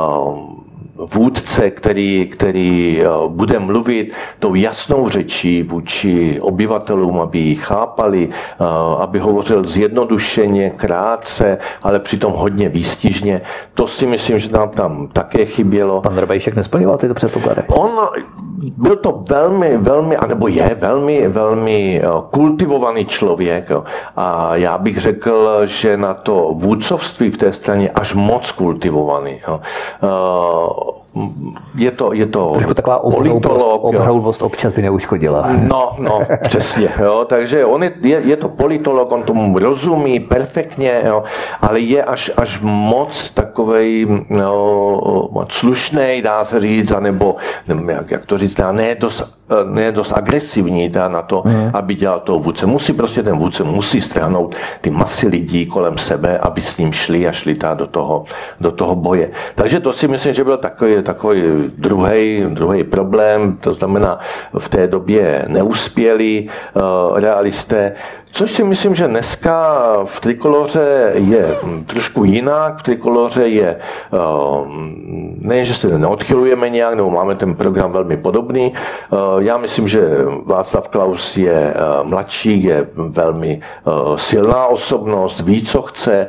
vůdce, který bude mluvit tou jasnou řečí vůči obyvatelům, aby ji chápali, aby hovořil zjednodušeně, krátce, ale přitom hodně výstižně. To si myslím, že nám tam také chybělo. Pan Drbejšek nesplňoval tyto předpoklady? On byl to velmi, anebo je velmi kultivovaný člověk a já bych řekl, že na to vůdcovství v té straně až moc kultivovaný. Je to trošku taková obhroubost občas by neuškodila. No, přesně. Jo. Takže on je to politolog, on tomu rozumí perfektně, jo, ale je až moc tak takovej slušnej, dá se říct, anebo jak to říct, ne dost agresivní na to, aby dělal toho vůdce. Ten vůdce musí strhnout ty masy lidí kolem sebe, aby s ním šli do toho boje. Takže to si myslím, že byl takový druhý problém, to znamená, v té době neuspěli realisté, což si myslím, že dneska v Trikoloře je trošku jinak. V Trikoloře je, nejen, že se neodchylujeme nějak, nebo máme ten program velmi podobný. Já myslím, že Václav Klaus je mladší, je velmi silná osobnost, ví, co chce,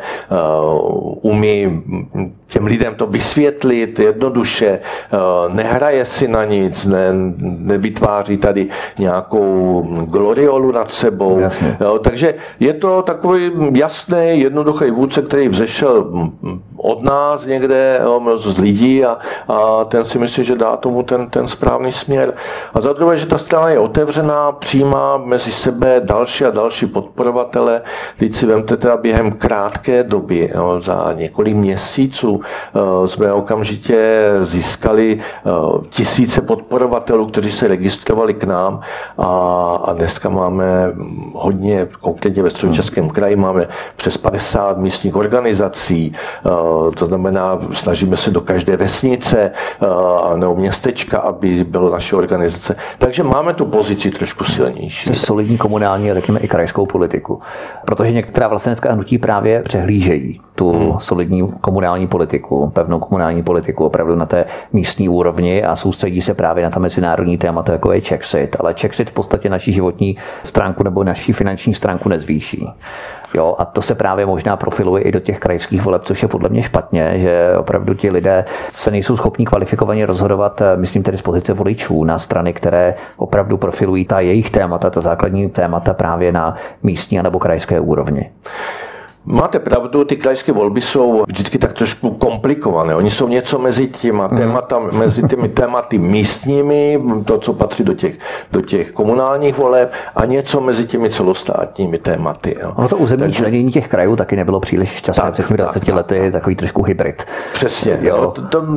umí těm lidem to vysvětlit jednoduše, nehraje si na nic, nevytváří tady nějakou gloriolu nad sebou. Takže je to takový jasný, jednoduchý vůdce, který vzešel od nás někde, z lidí a ten si myslí, že dá tomu ten správný směr. A za druhé, že ta strana je otevřená, přijímá mezi sebe další a další podporovatele. Teď si vemte teda během krátké doby, za několik měsíců jsme okamžitě získali tisíce podporovatelů, kteří se registrovali k nám a dneska máme hodně, konkrétně ve Středočeském kraji máme přes 50 místních organizací, to znamená, snažíme se do každé vesnice nebo městečka, aby bylo naše organizace. Takže máme tu pozici trošku silnější. Solidní komunální a řekněme i krajskou politiku. Protože některá vlastenecká hnutí právě přehlížejí tu solidní komunální politiku, pevnou komunální politiku opravdu na té místní úrovni a soustředí se právě na ta mezinárodní témata, jako je Czexit. Ale Czexit v podstatě naší životní stránku nebo naší finanční stránku nezvýší. Jo, a to se právě možná profiluje i do těch krajských voleb, což je podle mě špatně, že opravdu ti lidé se nejsou schopni kvalifikovaně rozhodovat, myslím tedy z pozice voličů, na strany, které opravdu profilují ta jejich témata, ta základní témata právě na místní nebo krajské úrovni. Máte pravdu, ty krajské volby jsou vždycky tak trošku komplikované. Oni jsou něco mezi těmi tématy místními, to, co patří do těch komunálních voleb, a něco mezi těmi celostátními tématy. Jo. Ono to územní členění těch krajů taky nebylo příliš šťastné před 20 lety, takový trošku hybrid. Přesně. Jo.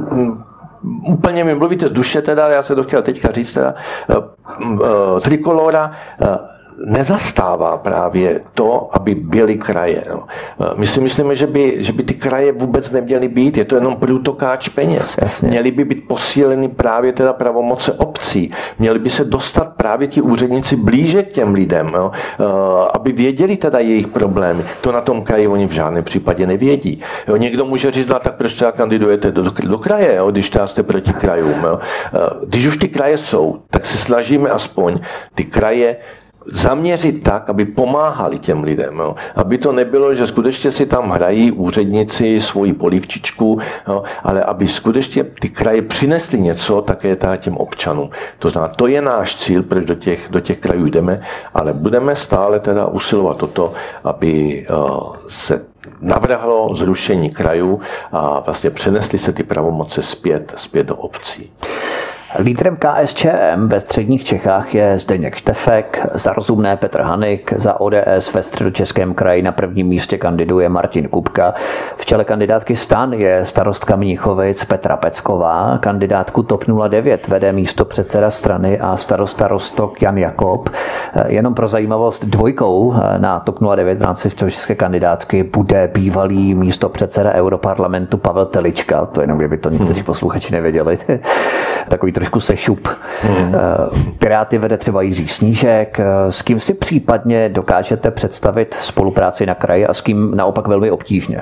Úplně mi mluvíte z duše, teda, já se to chtěl teďka říct, teda, Trikolora nezastává právě to, aby byly kraje. No. My si myslíme, že by ty kraje vůbec neměly být, je to jenom průtokáč peněz. Jasně. Měly by být posíleny právě teda pravomoce obcí. Měli by se dostat právě ti úředníci blíže k těm lidem, jo, aby věděli teda jejich problémy. To na tom kraji oni v žádném případě nevědí. Jo, někdo může říct, no tak proč teda kandidujete do kraje, jo, když teda jste proti krajům. Jo. Když už ty kraje jsou, tak se snažíme aspoň ty kraje zaměřit tak, aby pomáhali těm lidem. Jo. Aby to nebylo, že skutečně si tam hrají úředníci svoji polivčičku, jo, ale aby skutečně ty kraje přinesly něco také těm občanům. To znamená, to je náš cíl, proč do těch krajů jdeme, ale budeme stále teda usilovat o to, aby se navrhlo zrušení krajů a vlastně přenesly se ty pravomoce zpět do obcí. Lídrem KSČM ve středních Čechách je Zdeněk Štefek, za Rozumné Petr Hanik, za ODS ve Středočeském kraji na prvním místě kandiduje Martin Kupka. V čele kandidátky STAN je starostka Mnichovic Petra Pecková, kandidátku TOP 09 vede místopředseda strany a starosta Roztok Jan Jakob. Jenom pro zajímavost, dvojkou na TOP 09 v rámci středočeské kandidátky bude bývalý místopředseda Europarlamentu Pavel Telička, to jenom kdyby to někteří posluchači nevěděli. Takový trošku sešup. Piráty vede třeba Jiří Snížek. S kým si případně dokážete představit spolupráci na kraji a s kým naopak velmi obtížně?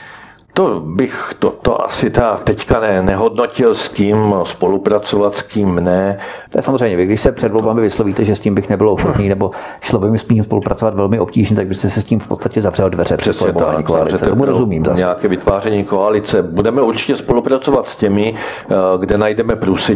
To bych to asi teďka nehodnotil, s kým spolupracovat, s kým ne. To je samozřejmě, vy když se před volbami vyslovíte, že s tím bych nebyl ochotný, nebo šlo by mi s ním spolupracovat velmi obtížně, tak byste se s tím v podstatě zavřel dveře. Přesně tak, koalice. Tomu rozumím. Nějaké vytváření koalice. Budeme určitě spolupracovat s těmi, kde najdeme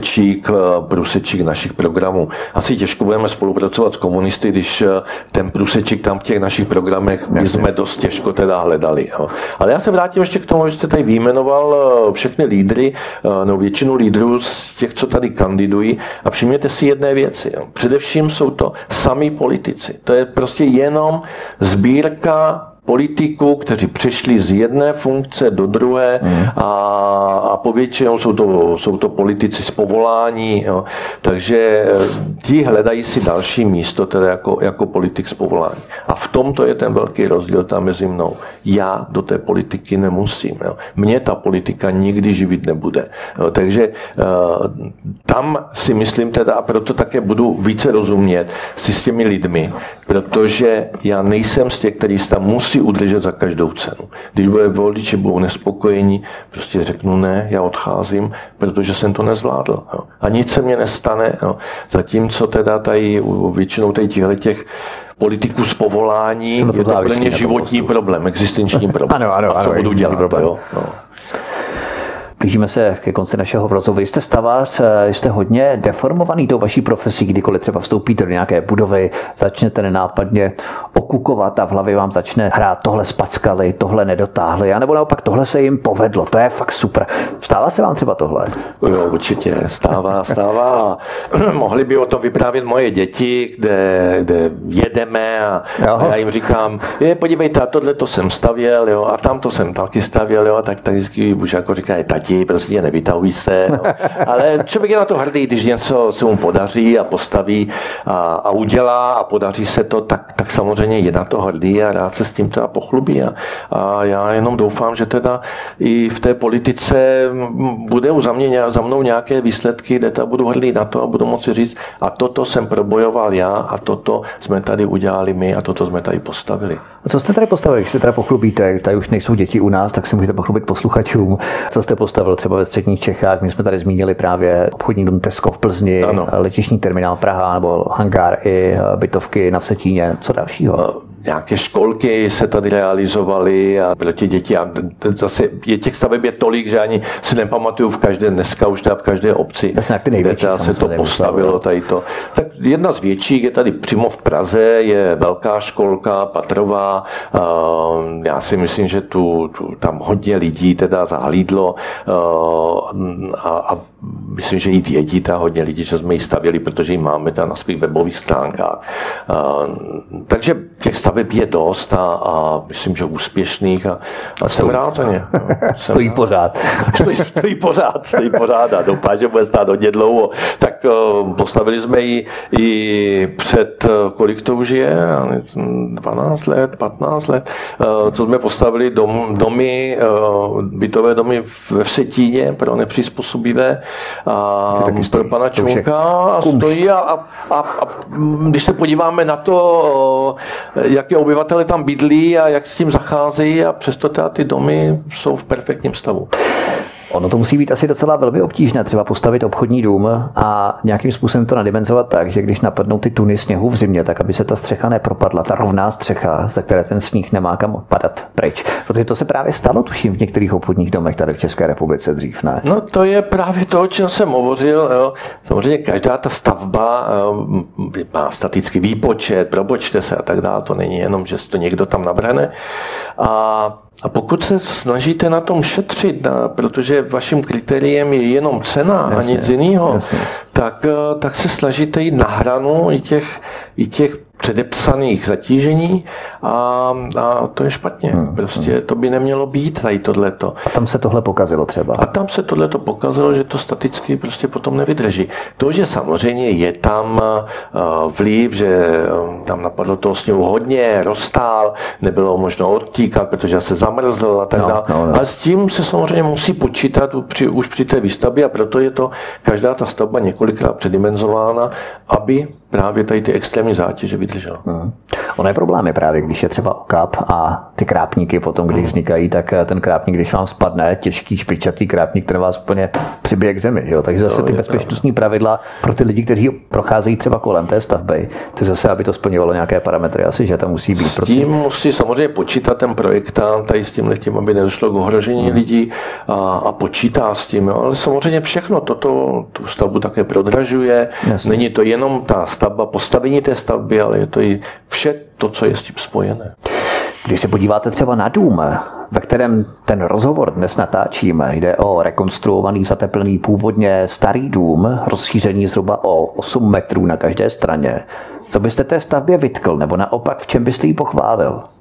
průsečík našich programů. Asi těžko budeme spolupracovat s komunisty, když ten průsečík tam v těch našich programech my jsme dost těžko teda hledali. Jo. Ale já se vrátím ještě k tomu, že jste tady vyjmenoval všechny lídry, no většinu lídrů z těch, co tady kandidují, a všimněte si jedné věci. Jo. Především jsou to sami politici. To je prostě jenom sbírka politiků, kteří přišli z jedné funkce do druhé a povětšinou jsou to politici z povolání, jo. Takže ti hledají si další místo, teda jako politik z povolání. A v tomto je ten velký rozdíl tam mezi mnou. Já do té politiky nemusím. Jo. Mě ta politika nikdy živit nebude. Jo. Takže tam si myslím teda, a proto také budu více rozumět si s těmi lidmi, protože já nejsem z těch, kteří se tam musí udržet za každou cenu. Když bude voliči budou nespokojení, prostě řeknu ne, já odcházím, protože jsem to nezvládl. Jo. A nic se mně nestane. Jo. Zatímco teda tady většinou těch politiků z povolání je to pro ně životní problém, existenční problém. Ano, co budu dělat? Jo? No. Blížíme se ke konci našeho rozhovoru. Vy jste stavař, jste hodně deformovaný tou vaší profesí, kdykoliv třeba vstoupíte do nějaké budovy, začnete nenápadně okukovat a v hlavě vám začne hrát tohle spackali, tohle nedotáhli, anebo naopak tohle se jim povedlo, to je fakt super. Stává se vám třeba tohle? Jo, určitě, stává. Mohli by o tom vyprávět moje děti, kde jedeme a já jim říkám, podívejte, tohle to jsem stavěl, jo, a tam to jsem taky stavěl, jo, a tak vždycky už jako říkají, tati, prostě nevytahují se. No. Ale člověk je na to hrdý, když něco se mu podaří a postaví a udělá a podaří se to, tak samozřejmě je na to hrdý a rád se s tím teda pochlubí. A já jenom doufám, že teda i v té politice bude za mnou nějaké výsledky, kde teda budu hrdý na to a budu moci říct, a toto jsem probojoval já a toto jsme tady udělali my a toto jsme tady postavili. A co jste tady postavili, když se teda pochlubíte, tady už nejsou děti u nás, tak si můžete pochlubit posluchačům. Co jste postavil třeba ve středních Čechách? My jsme tady zmínili právě obchodní dům Tesco v Plzni, letišní terminál Praha nebo hangár i bytovky na Vsetíně. Co dalšího? Nějaké školky se tady realizovaly a pro ty děti. A zase je těch staveb je tolik, že ani si nepamatuju v každé, dneska už v každé obci, kde se to postavilo tady to. Tak jedna z větších je tady přímo v Praze, je velká školka, patrová. Já si myslím, že tam hodně lidí teda zahlídlo a myslím, že ji vědí hodně lidí, že jsme ji stavěli, protože ji máme tam na svých webových stránkách. Takže těch staveb je dost a myslím, že úspěšných a jsem rád za ně. Stojí pořád. Stojí pořád a doufám, že bude stát hodně dlouho. Tak postavili jsme ji i před, kolik to už je, 12 let, 15 let, co jsme postavili domy, bytové domy ve Vsetíně pro nepřizpůsobivé a pro pana Čunka a stojí a když se podíváme na to, jaké obyvatele tam bydlí a jak s tím zacházejí a přesto ty domy jsou v perfektním stavu. Ono to musí být asi docela velmi obtížné třeba postavit obchodní dům a nějakým způsobem to nadimenzovat tak, že když napadnou ty tuny sněhu v zimě, tak aby se ta střecha nepropadla, ta rovná střecha, ze které ten sníh nemá kam odpadat pryč. Protože to se právě stalo, tuším, v některých obchodních domech tady v České republice dřív, ne? No to je právě to, o čem jsem hovořil. Jo. Samozřejmě každá ta stavba má statický výpočet, propočte se a tak dále. To není jenom, že to někdo tam navrhne. A pokud se snažíte na tom šetřit, protože vaším kritériem je jenom cena a nic jiného, tak se snažíte jít na hranu i těch předepsaných zatížení a to je špatně. Prostě to by nemělo být tady tohleto. A tam se tohle pokazilo třeba? A tam se tohleto pokazilo, že to staticky prostě potom nevydrží. To, že samozřejmě je tam vliv, že tam napadlo toho sněhu hodně, roztál, nebylo možno odtíkat, protože se zamrzl a tak dále. Ale s tím se samozřejmě musí počítat už při té výstavbě a proto je to každá ta stavba několikrát předimenzována, aby právě tady ty extrémní zátěže vydržela. Ono je problémy právě, když je třeba okap a ty krápníky potom, když vznikají, tak ten krápník, když vám spadne, těžký špičatý krápník, který vás úplně přibije k zemi. Jo? Takže zase ty bezpečnostní pravidla pro ty lidi, kteří procházejí třeba kolem té stavby, tak zase, aby to splňovalo nějaké parametry, asi, že tam musí být. S tím musí samozřejmě počítat ten projektant, tady s tímhletím, aby nedošlo k ohrožení lidí a počítá s tím. Jo? Ale samozřejmě všechno toto tu stavbu také prodražuje. Jasně. Není to jenom ta stavba, postavení té stavby, ale je to i vše to, co je s tím spojené. Když se podíváte třeba na dům, ve kterém ten rozhovor dnes natáčíme, jde o rekonstruovaný, zateplený původně starý dům, rozšíření zhruba o 8 metrů na každé straně. Co byste té stavbě vytkl, nebo naopak v čem byste ji pochválil?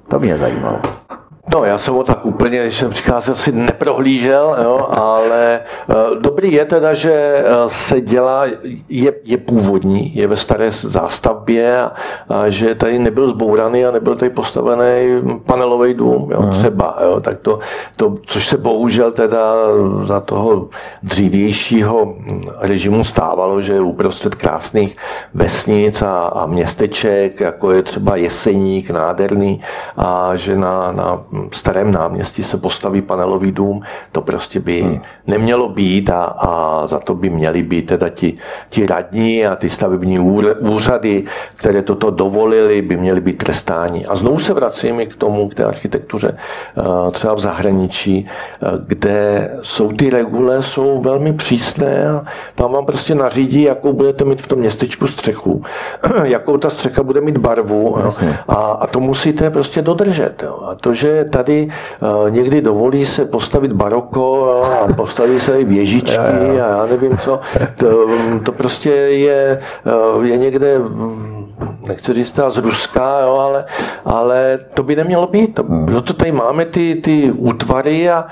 To mě zajímalo. No, já jsem ho tak úplně, když jsem přicházel, si neprohlížel, jo, ale dobrý je teda, že se dělá, je původní, je ve staré zástavbě a že tady nebyl zbouraný a nebyl tady postavený panelový dům, jo, třeba, jo, tak to, což se bohužel teda za toho dřívějšího režimu stávalo, že uprostřed krásných vesnic a městeček, jako je třeba Jeseník, nádherný, a že na starém náměstí se postaví panelový dům, to prostě by nemělo být a za to by měli být teda ti radní a ty stavební úřady, které toto dovolili, by měly být trestáni. A znovu se vracíme k té architektuře třeba v zahraničí, kde jsou ty regule, jsou velmi přísné a tam vám prostě nařídí, jakou budete mít v tom městečku střechu, jakou ta střecha bude mít barvu a to musíte prostě dodržet. Jo. A to, že tady někdy dovolí se postavit baroko a postaví se i věžičky a já nevím co, to prostě je někde, nechci říct z Ruska, jo, ale to by nemělo být. Proto tady máme ty útvary a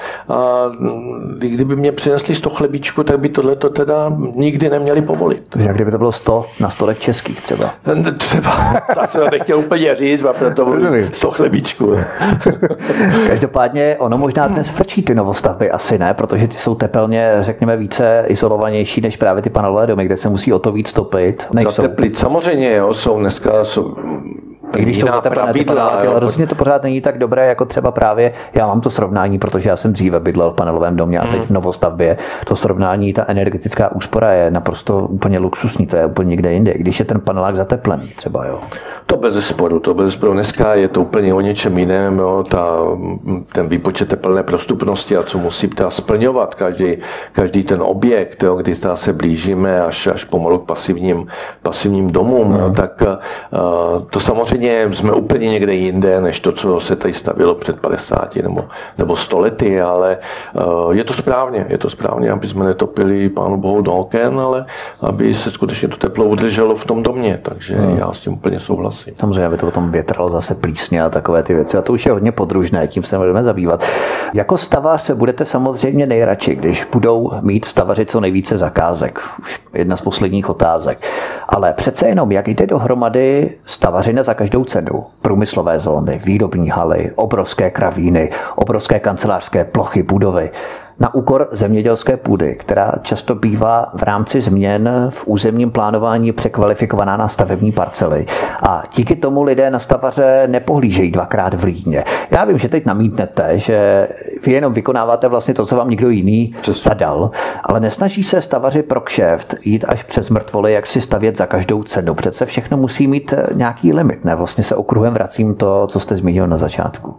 kdyby mě přinesli 100 chlebíčků, tak by tohleto teda nikdy neměli povolit. Takže kdyby to bylo 100 na stolech českých třeba. Třeba, tak jsem to nechtěl úplně říct, a proto 100 chlebíčků. Každopádně ono možná dnes frčí ty novostavby, asi ne, protože ty jsou tepelně, řekněme, více izolovanější než právě ty panelové domy, kde se musí o to víc topit. Zateplit, samozřejmě, jo, jsou dneska i když jsou pravidla, ale rozhodně to pořád není tak dobré, jako třeba právě, já mám to srovnání, protože já jsem dříve bydlel v panelovém domě a teď v novostavbě. To srovnání, ta energetická úspora je naprosto úplně luxusní, to je úplně někde jinde, když je ten panelák zateplený třeba, jo. To bezesporu. Dneska je to úplně o něčem jiném, jo, ten výpočet teplné prostupnosti a co musí teda splňovat každý ten objekt, jo, kdy se blížíme až pomalu k pasivním domům, jo, tak to samozřejmě jsme úplně někde jinde, než to, co se tady stavilo před 50 nebo 100 lety, ale je to správně, aby jsme netopili Pánu Bohu do oken, ale aby se skutečně to teplo udrželo v tom domě, takže já s tím úplně souhlasím. Samozřejmě, aby to potom větralo zase plísně a takové ty věci, a to už je hodně podružné, tím se budeme zabývat. Jako stavař budete samozřejmě nejradši, když budou mít stavaři co nejvíce zakázek. Už jedna z posledních otázek. Ale přece jenom, jak jde dohromady stavařina za každou cenu? Průmyslové zóny, výrobní haly, obrovské kravíny, obrovské kancelářské plochy, budovy. Na úkor zemědělské půdy, která často bývá v rámci změn v územním plánování překvalifikovaná na stavební parcely. A díky tomu lidé na stavaře nepohlížejí dvakrát v lídně. Já vím, že teď namítnete, že vy jenom vykonáváte vlastně to, co vám někdo jiný zadal, ale nesnaží se stavaři pro kšeft jít až přes mrtvoly, jak si stavět za každou cenu. Přece všechno musí mít nějaký limit, ne? Vlastně se okruhem vracím to, co jste zmínil na začátku.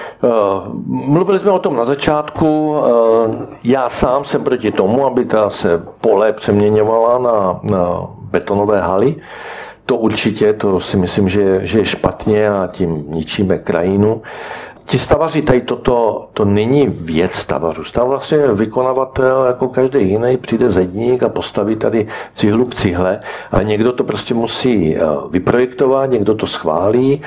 Mluvili jsme o tom na začátku. Já sám jsem proti tomu, aby ta se pole přeměňovala na betonové haly. To určitě, to si myslím, že je špatně a tím ničíme krajinu. Ti stavaři tady to není věc stavařů. Stav vlastně vykonavatel jako každý jiný, přijde zedník a postaví tady cihlu k cihle a někdo to prostě musí vyprojektovat, někdo to schválí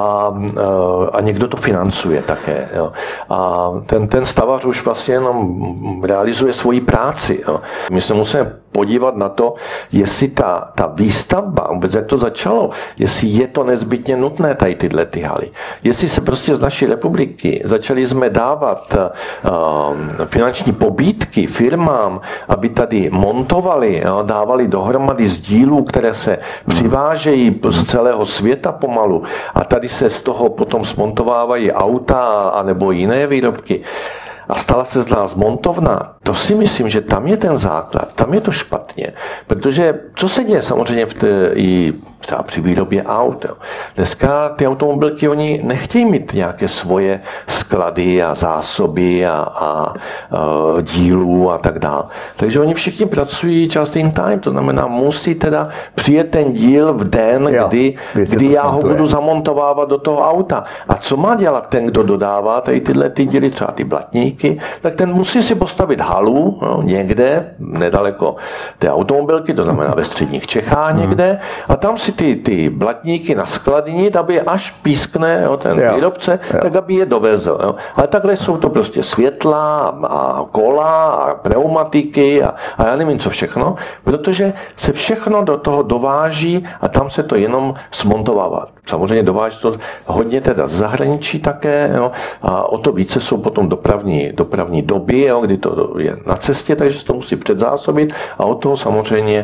a někdo to financuje také. Jo. A ten stavař už vlastně jenom realizuje svoji práci. Jo. My se musíme podívat na to, jestli ta výstavba, vůbec jak to začalo, jestli je to nezbytně nutné tady tyhle ty haly. Jestli se prostě z naší republiky začali jsme dávat finanční pobídky firmám, aby tady montovali, dávali dohromady z dílů, které se přivážejí z celého světa pomalu a tady se z toho potom smontovávají auta anebo jiné výrobky. A stala se z nás montovna, to si myslím, že tam je ten základ, tam je to špatně. Protože co se děje samozřejmě i třeba při výrobě aut. Jo. Dneska ty automobilky, oni nechtějí mít nějaké svoje sklady a zásoby a dílů a tak dále. Takže oni všichni pracují just in time, to znamená, musí teda přijet ten díl v den, kdy já ho budu zamontovávat do toho auta. A co má dělat ten, kdo dodává tady tyhle ty díly, třeba ty blatníky, tak ten musí si postavit halu, halu, někde nedaleko té automobilky, to znamená ve středních Čechách někde, a tam si ty blatníky naskladnit, aby až pískne ten výrobce, tak aby je dovezl. Ale takhle jsou to prostě světla a kola a pneumatiky a já nevím co všechno, protože se všechno do toho dováží a tam se to jenom smontovává. Samozřejmě dováží to hodně teda z zahraničí také, a o to více jsou potom dopravní doby, kdy to je na cestě, takže se to musí předzásobit a od toho samozřejmě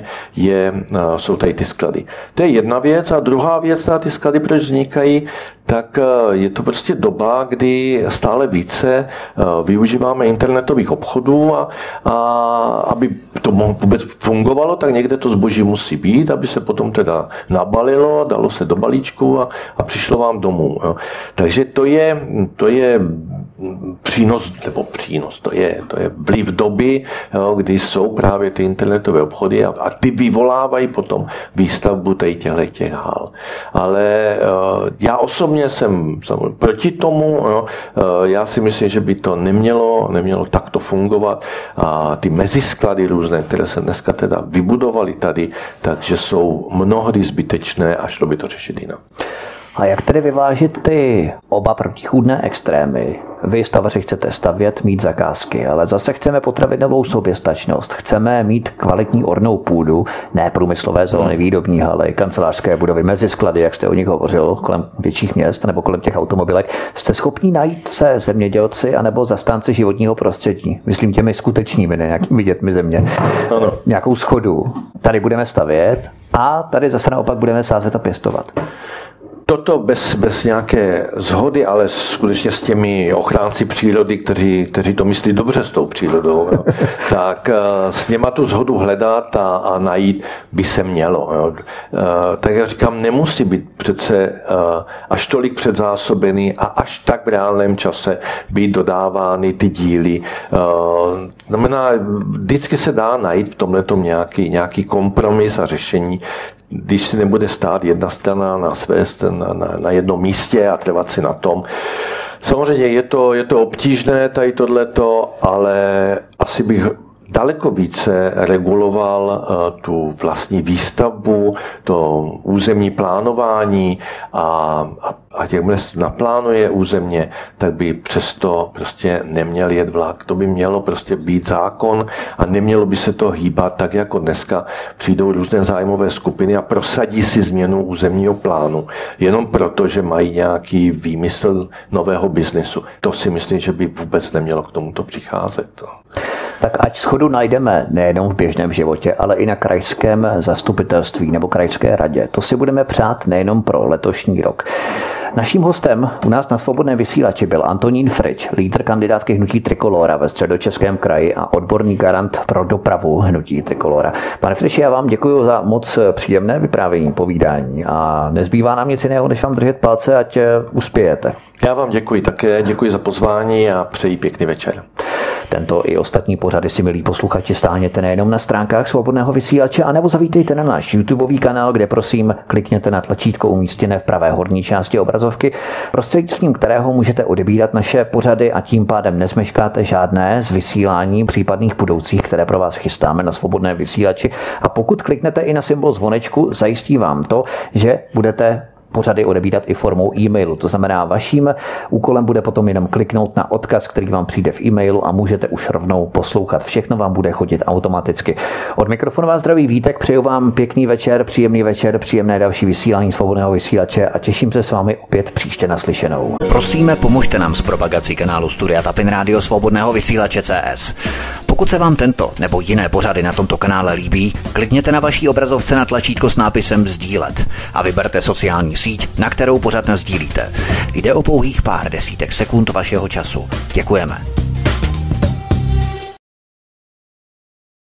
jsou tady ty sklady. To je jedna věc a druhá věc, ty sklady proč vznikají, tak je to prostě doba, kdy stále více využíváme internetových obchodů a aby to vůbec fungovalo, tak někde to zboží musí být, aby se potom teda nabalilo, dalo se do balíčku a přišlo vám domů. Takže to je přínos, to je vliv doby, kdy jsou právě ty internetové obchody a ty vyvolávají potom výstavbu těch hal. Ale já osobně jsem proti tomu, já si myslím, že by to nemělo takto fungovat a ty mezisklady různé, které se dneska teda vybudovaly tady, takže jsou mnohdy zbytečné a šlo by to řešit jinak. A jak tedy vyvážit ty oba protichůdné extrémy? Vy stavaři chcete stavět, mít zakázky, ale zase chceme potravinovou soběstačnost. Chceme mít kvalitní ornou půdu, ne průmyslové zóny, výrobní haly, kancelářské budovy, mezisklady, jak jste o nich hovořil, kolem větších měst nebo kolem těch automobilek. Jste schopni najít se zemědělci anebo zastánci životního prostředí? Myslím těmi skutečnými, ne nějakými dětmi země. Ano. Nějakou schodu. Tady budeme stavět a tady zase naopak budeme sázet a pěstovat. Toto bez nějaké shody, ale skutečně s těmi ochránci přírody, kteří to myslí dobře s tou přírodou, tak s něma tu shodu hledat a najít by se mělo. Tak jak říkám, nemusí být přece až tolik předzásobený a až tak v reálném čase být dodávány ty díly. Znamená, vždycky se dá najít v tomhletom nějaký kompromis a řešení, když si nebude stát jedna strana na jednom místě a trvat si na tom. Samozřejmě je to obtížné tady tohleto, ale asi bych daleko více reguloval tu vlastní výstavbu, to územní plánování a jakmile se naplánuje územně, tak by přesto prostě neměl jet vlak. To by mělo prostě být zákon a nemělo by se to hýbat tak, jako dneska přijdou různé zájmové skupiny a prosadí si změnu územního plánu jenom proto, že mají nějaký výmysl nového biznesu. To si myslím, že by vůbec nemělo k tomuto přicházet. Tak ať shodu najdeme nejenom v běžném životě, ale i na krajském zastupitelství nebo krajské radě. To si budeme přát nejenom pro letošní rok. Naším hostem u nás na Svobodném vysílači byl Antonín Frič, lídr kandidátky hnutí Trikolóra ve Středočeském kraji a odborný garant pro dopravu hnutí Trikolóra. Pane Friči, já vám děkuji za moc příjemné vyprávění, povídání a nezbývá nám nic jiného, než vám držet palce, ať uspějete. Já vám děkuji také, děkuji za pozvání a přeji pěkný večer. Tento i ostatní pořady si, milí posluchači, stáhněte nejenom na stránkách Svobodného vysílače, anebo zavítejte na náš YouTubeový kanál, kde prosím klikněte na tlačítko umístěné v pravé horní části obrazovky, prostřednictvím kterého můžete odebírat naše pořady a tím pádem nezmeškáte žádné z vysílání případných budoucích, které pro vás chystáme na Svobodném vysílači. A pokud kliknete i na symbol zvonečku, zajistí vám to, že budete pořady odebírat i formou e-mailu. To znamená, vaším úkolem bude potom jenom kliknout na odkaz, který vám přijde v e-mailu a můžete už rovnou poslouchat. Všechno vám bude chodit automaticky. Od mikrofonu vás zdraví Vítek, přeju vám pěkný večer, příjemné další vysílání Svobodného vysílače a těším se s vámi opět příště naslyšenou. Prosíme, pomožte nám s propagací kanálu Studia Tapin Rádio Svobodného vysílače CS. Pokud se vám tento nebo jiné pořady na tomto kanále líbí, klikněte na vaší obrazovce na tlačítko s nápisem sdílet a vyberte sociální síť, na kterou pořad nasdílíte. Jde o pouhých pár desítek sekund vašeho času. Děkujeme.